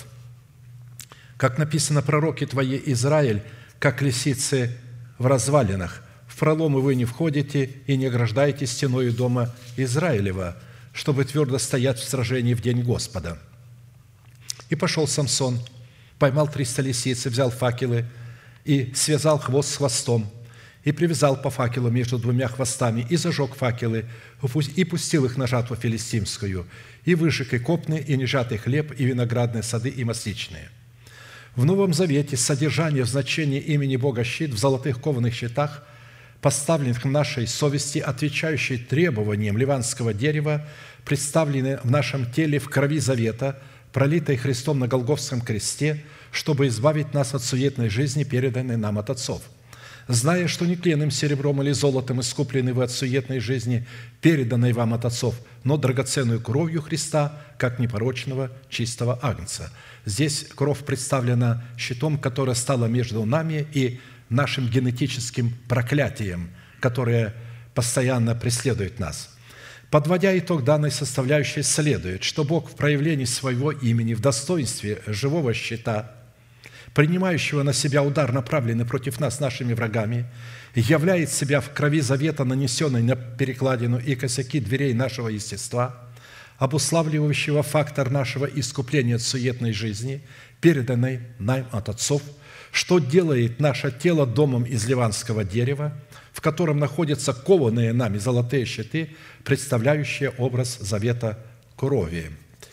Как написано: «Пророки твои, Израиль, как лисицы в развалинах. В проломы вы не входите и не ограждаете стеною дома Израилева, чтобы твердо стоять в сражении в день Господа». И пошел Самсон, поймал 300 лисиц, взял факелы и связал хвост с хвостом, и привязал по факелу между двумя хвостами, и зажег факелы, и пустил их на жатву филистимскую, и выжег и копны, и нежатый хлеб, и виноградные сады, и масличные. В Новом Завете содержание в значении имени Бога щит в золотых кованых щитах, поставленных в нашей совести, отвечающей требованиям ливанского дерева, представлены в нашем теле в крови завета, пролитой Христом на Голгофском кресте, чтобы избавить нас от суетной жизни, переданной нам от отцов. Зная, что не тленным серебром или золотом искуплены вы от суетной жизни, переданной вам от отцов, но драгоценную кровью Христа, как непорочного чистого агнца. Здесь кровь представлена щитом, которая стала между нами и нашим генетическим проклятием, которое постоянно преследует нас. Подводя итог данной составляющей, следует, что Бог в проявлении своего имени в достоинстве живого щита, принимающего на себя удар, направленный против нас нашими врагами, являет себя в крови завета, нанесенной на перекладину и косяки дверей нашего естества, обуславливающего фактор нашего искупления от суетной жизни, переданной нам от отцов, что делает наше тело домом из ливанского дерева, в котором находятся кованые нами золотые щиты, представляющие образ завета крови.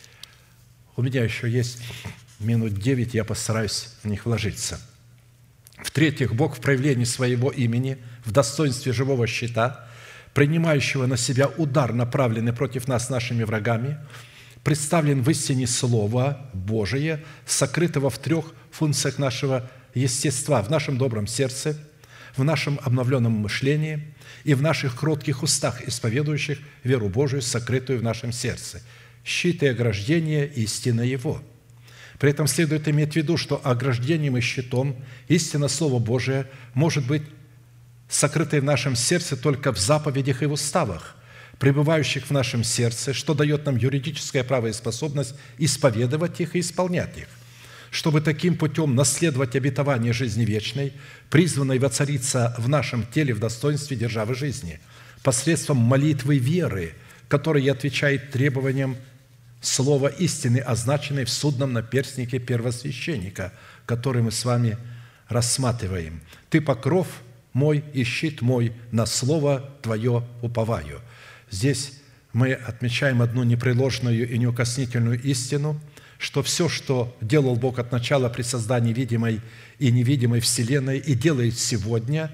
У меня еще есть минут 9, я постараюсь в них вложиться. В-третьих, Бог в проявлении своего имени, в достоинстве живого щита, принимающего на себя удар, направленный против нас нашими врагами, представлен в истине Слова Божие, сокрытого в 3 функциях нашего естества: в нашем добром сердце, в нашем обновленном мышлении и в наших кротких устах, исповедующих веру Божию, сокрытую в нашем сердце. Щит и ограждение – истина Его. При этом следует иметь в виду, что ограждением и щитом истина Слова Божия может быть сокрытой в нашем сердце только в заповедях и в уставах, пребывающих в нашем сердце, что дает нам юридическое право и способность исповедовать их и исполнять их, чтобы таким путем наследовать обетование жизни вечной, призванной воцариться в нашем теле в достоинстве державы жизни, посредством молитвы веры, которая отвечает требованиям слова истины, означенной в судном наперстнике первосвященника, который мы с вами рассматриваем. «Ты покров мой и щит мой, на слово Твое уповаю». Здесь мы отмечаем одну непреложную и неукоснительную истину, что все, что делал Бог от начала при создании видимой и невидимой вселенной и делает сегодня,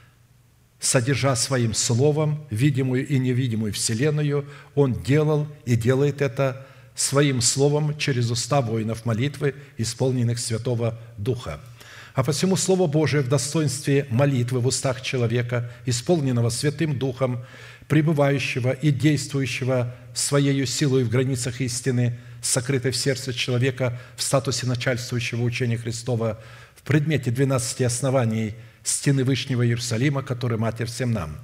содержа Своим Словом видимую и невидимую вселенную, Он делал и делает это Своим Словом через уста воинов молитвы, исполненных Святого Духа. А посему Слово Божие в достоинстве молитвы в устах человека, исполненного Святым Духом, пребывающего и действующего Своею силой в границах истины, сокрытой в сердце человека в статусе начальствующего учения Христова, в предмете 12 оснований стены Вышнего Иерусалима, который Матерь всем нам,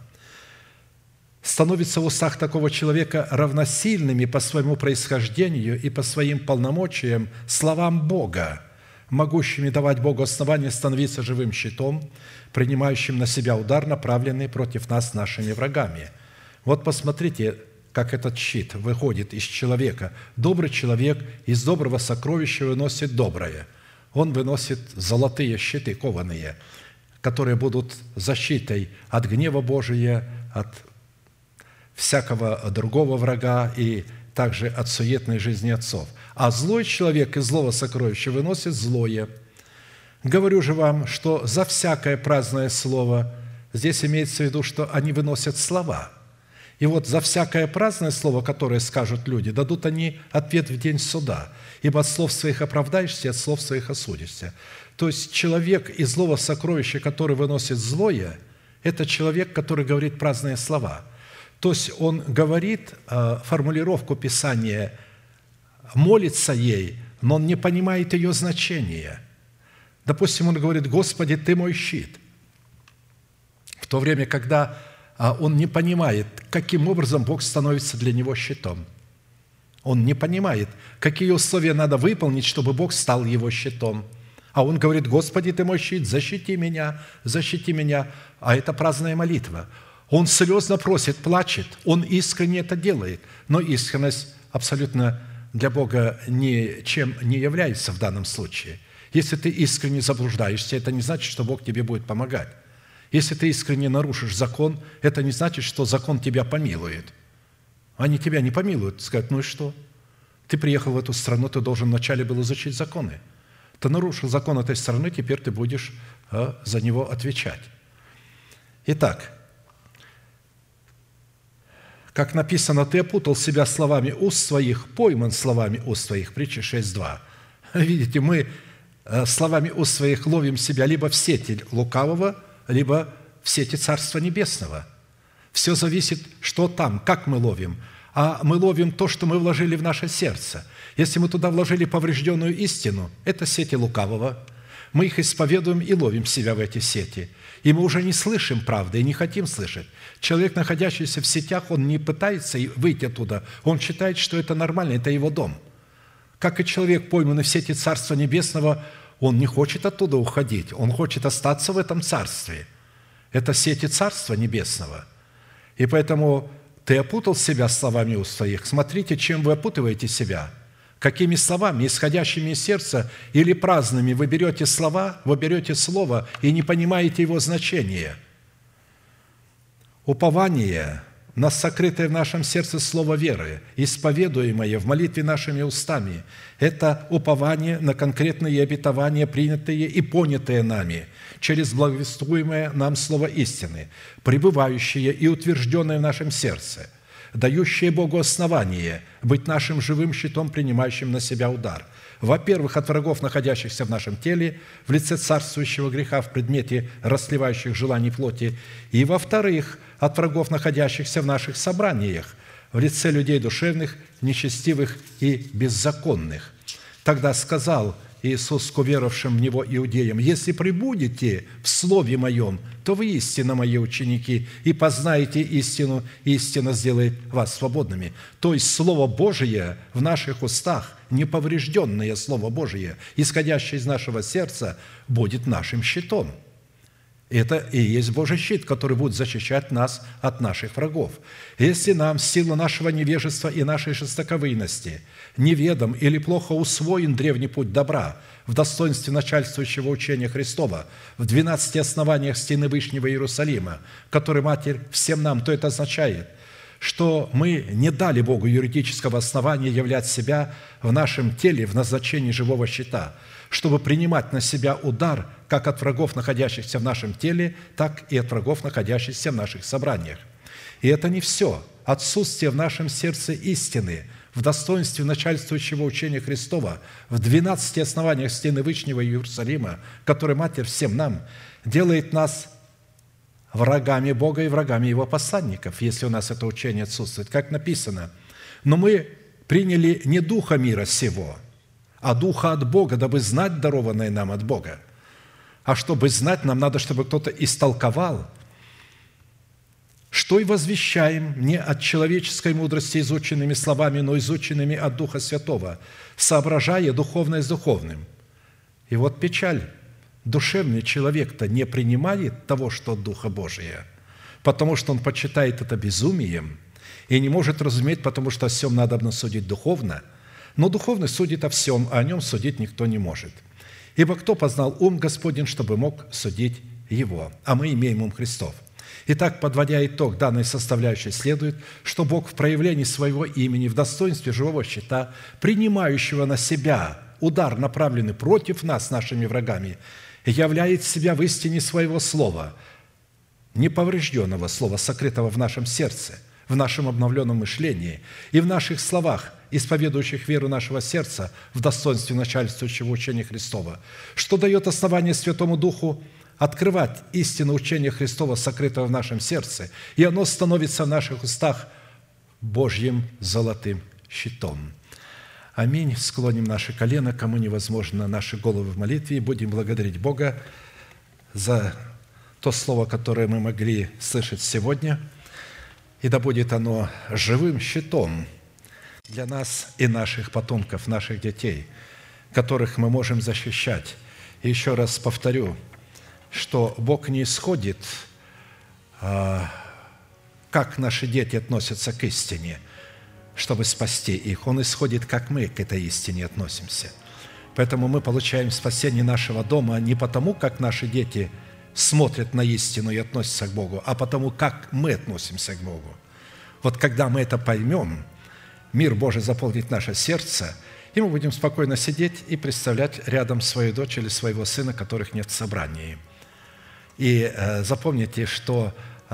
становится в устах такого человека равносильными по своему происхождению и по своим полномочиям словам Бога, могущими давать Богу основание становиться живым щитом, принимающим на себя удар, направленный против нас нашими врагами. Вот посмотрите, как этот щит выходит из человека. Добрый человек из доброго сокровища выносит доброе. Он выносит золотые щиты кованые, которые будут защитой от гнева Божия, от всякого другого врага и также от суетной жизни отцов. А злой человек из злого сокровища выносит злое. Говорю же вам, что за всякое праздное слово, здесь имеется в виду, что они выносят слова. И вот за всякое праздное слово, которое скажут люди, дадут они ответ в день суда. Ибо от слов своих оправдаешься, от слов своих осудишься. То есть человек из злого сокровища, который выносит злое, это человек, который говорит праздные слова. То есть он говорит формулировку Писания, молится ей, но он не понимает ее значения. Допустим, он говорит: «Господи, Ты мой щит». В то время, когда он не понимает, каким образом Бог становится для него щитом. Он не понимает, какие условия надо выполнить, чтобы Бог стал его щитом. А он говорит: «Господи, Ты мой щит, защити меня, защити меня». А это праздная молитва. Он слезно просит, плачет, он искренне это делает. Но искренность абсолютно для Бога ничем не является в данном случае. Если ты искренне заблуждаешься, это не значит, что Бог тебе будет помогать. Если ты искренне нарушишь закон, это не значит, что закон тебя помилует. Они тебя не помилуют. Скажут: ну и что? Ты приехал в эту страну, ты должен вначале был изучить законы. Ты нарушил закон этой страны, теперь ты будешь за него отвечать. Итак, как написано: «Ты опутал себя словами уст своих, пойман словами уст своих». Притча 6:2. Видите, мы словами уст своих ловим себя либо в сети лукавого, либо в сети Царства Небесного. Все зависит, что там, как мы ловим. А мы ловим то, что мы вложили в наше сердце. Если мы туда вложили поврежденную истину, это сети лукавого. Мы их исповедуем и ловим себя в эти сети. И мы уже не слышим правды и не хотим слышать. Человек, находящийся в сетях, он не пытается выйти оттуда. Он считает, что это нормально, это его дом. Как и человек, пойманный в сети Царства Небесного, он не хочет оттуда уходить, он хочет остаться в этом царстве. Это сети Царства Небесного. И поэтому ты опутал себя словами уст своих. Смотрите, чем вы опутываете себя. Какими словами, исходящими из сердца или праздными, вы берете слова, вы берете слово и не понимаете его значения. Упование на сокрытое в нашем сердце слово веры, исповедуемое в молитве нашими устами, это упование на конкретные обетования, принятые и понятые нами через благовествуемое нам слово истины, пребывающее и утвержденное в нашем сердце, дающее Богу основание быть нашим живым щитом, принимающим на себя удар. Во-первых, от врагов, находящихся в нашем теле, в лице царствующего греха в предмете расслевающих желаний плоти, и, во-вторых, от врагов, находящихся в наших собраниях, в лице людей душевных, нечестивых и беззаконных. Тогда сказал Иисус к уверовавшим в Него иудеям: «Если пребудете в Слове Моем, то вы истинно Мои ученики, и познаете истину, и истина сделает вас свободными». То есть Слово Божие в наших устах, неповрежденное Слово Божие, исходящее из нашего сердца, будет нашим щитом. Это и есть Божий щит, который будет защищать нас от наших врагов. Если нам в силу нашего невежества и нашей жестоковыйности неведом или плохо усвоен древний путь добра в достоинстве начальствующего учения Христова, в 12 основаниях стены Вышнего Иерусалима, который Матерь всем нам, то это означает, что мы не дали Богу юридического основания являть себя в нашем теле в назначении живого щита, чтобы принимать на себя удар как от врагов, находящихся в нашем теле, так и от врагов, находящихся в наших собраниях. И это не все. Отсутствие в нашем сердце истины в достоинстве начальствующего учения Христова в 12 основаниях стены Вышнего Иерусалима, который Матерь всем нам, делает нас врагами Бога и врагами Его посланников, если у нас это учение отсутствует. Как написано: «Но мы приняли не духа мира сего, а духа от Бога, дабы знать дарованное нам от Бога». А чтобы знать, нам надо, чтобы кто-то истолковал, что и возвещаем не от человеческой мудрости изученными словами, но изученными от Духа Святого, соображая духовное с духовным. И вот печаль. Душевный человек-то не принимает того, что от Духа Божия, потому что он почитает это безумием и не может разуметь, потому что о всем надо судить духовно. Но духовный судит о всем, а о нем судить никто не может. Ибо кто познал ум Господень, чтобы мог судить его? А мы имеем ум Христов. Итак, подводя итог данной составляющей, следует, что Бог в проявлении своего имени в достоинстве живого щита, принимающего на себя удар, направленный против нас, нашими врагами, являет себя в истине своего слова, неповрежденного слова, сокрытого в нашем сердце, в нашем обновленном мышлении и в наших словах, исповедующих веру нашего сердца в достоинстве начальствующего учения Христова, что дает основание Святому Духу открывать истину учения Христова, сокрытого в нашем сердце, и оно становится в наших устах Божьим золотым щитом. Аминь. Склоним наши колено, кому невозможно, наши головы в молитве, и будем благодарить Бога за то слово, которое мы могли слышать сегодня, и да будет оно живым щитом для нас и наших потомков, наших детей, которых мы можем защищать. И еще раз повторю, что Бог не исходит, как наши дети относятся к истине, чтобы спасти их. Он исходит, как мы к этой истине относимся. Поэтому мы получаем спасение нашего дома не потому, как наши дети смотрят на истину и относятся к Богу, а потому, как мы относимся к Богу. Вот когда мы это поймем, мир Божий заполнит наше сердце, и мы будем спокойно сидеть и представлять рядом свою дочь или своего сына, которых нет в собрании. И запомните, что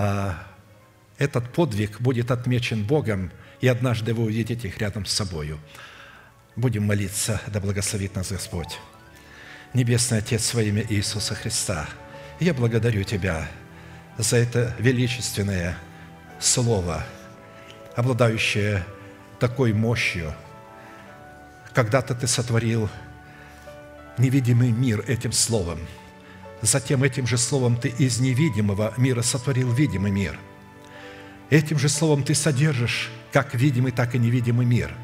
этот подвиг будет отмечен Богом, и однажды вы увидите их рядом с собою. Будем молиться, да благословит нас Господь. Небесный Отец, во имя Иисуса Христа, я благодарю Тебя за это величественное Слово, обладающее такой мощью. Когда-то Ты сотворил невидимый мир этим Словом. Затем этим же Словом Ты из невидимого мира сотворил видимый мир. Этим же Словом Ты содержишь как видимый, так и невидимый мир.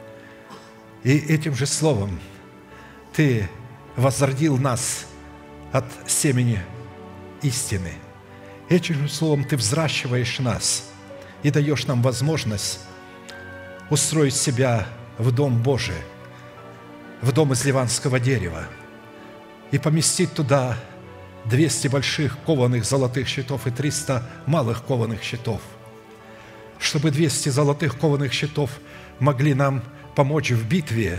И этим же Словом Ты возродил нас от семени истины. Этим же Словом Ты взращиваешь нас и даешь нам возможность устроить себя в Дом Божий, в дом из ливанского дерева, и поместить туда 200 больших кованых золотых щитов и 300 малых кованых щитов, чтобы 200 золотых кованых щитов могли нам помочь в битве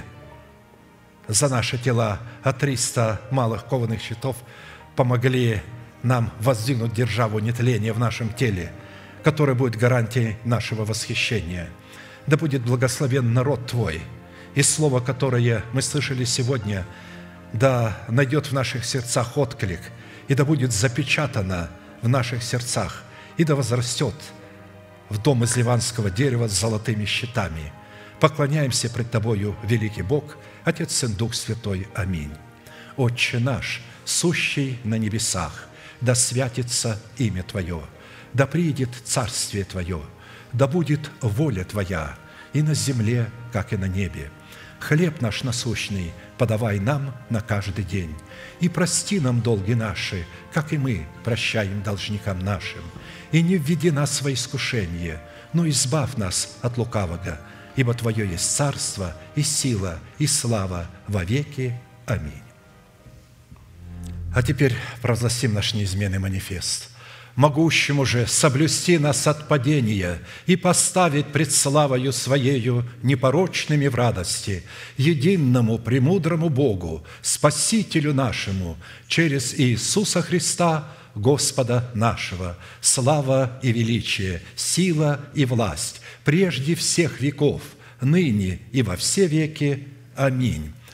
за наши тела, а 300 малых кованых щитов помогли нам воздвигнуть державу нетления в нашем теле, которая будет гарантией нашего восхищения. Да будет благословен народ Твой, и слово, которое мы слышали сегодня, да найдет в наших сердцах отклик, и да будет запечатано в наших сердцах, и да возрастет в дом из ливанского дерева с золотыми щитами. Поклоняемся пред Тобою, великий Бог, Отец, Сын, Дух Святой. Аминь. Отче наш, сущий на небесах, да святится имя Твое, да приидет царствие Твое, да будет воля Твоя и на земле, как и на небе. Хлеб наш насущный подавай нам на каждый день, и прости нам долги наши, как и мы прощаем должникам нашим. И не введи нас во искушение, но избавь нас от лукавого, ибо Твое есть царство, и сила, и слава во веки. Аминь. А теперь провозгласим наш неизменный манифест. Могущему же соблюсти нас от падения и поставить пред славою Своею непорочными в радости, единому премудрому Богу, Спасителю нашему, через Иисуса Христа, Господа нашего, слава и величие, сила и власть, прежде всех веков, ныне и во все веки. Аминь.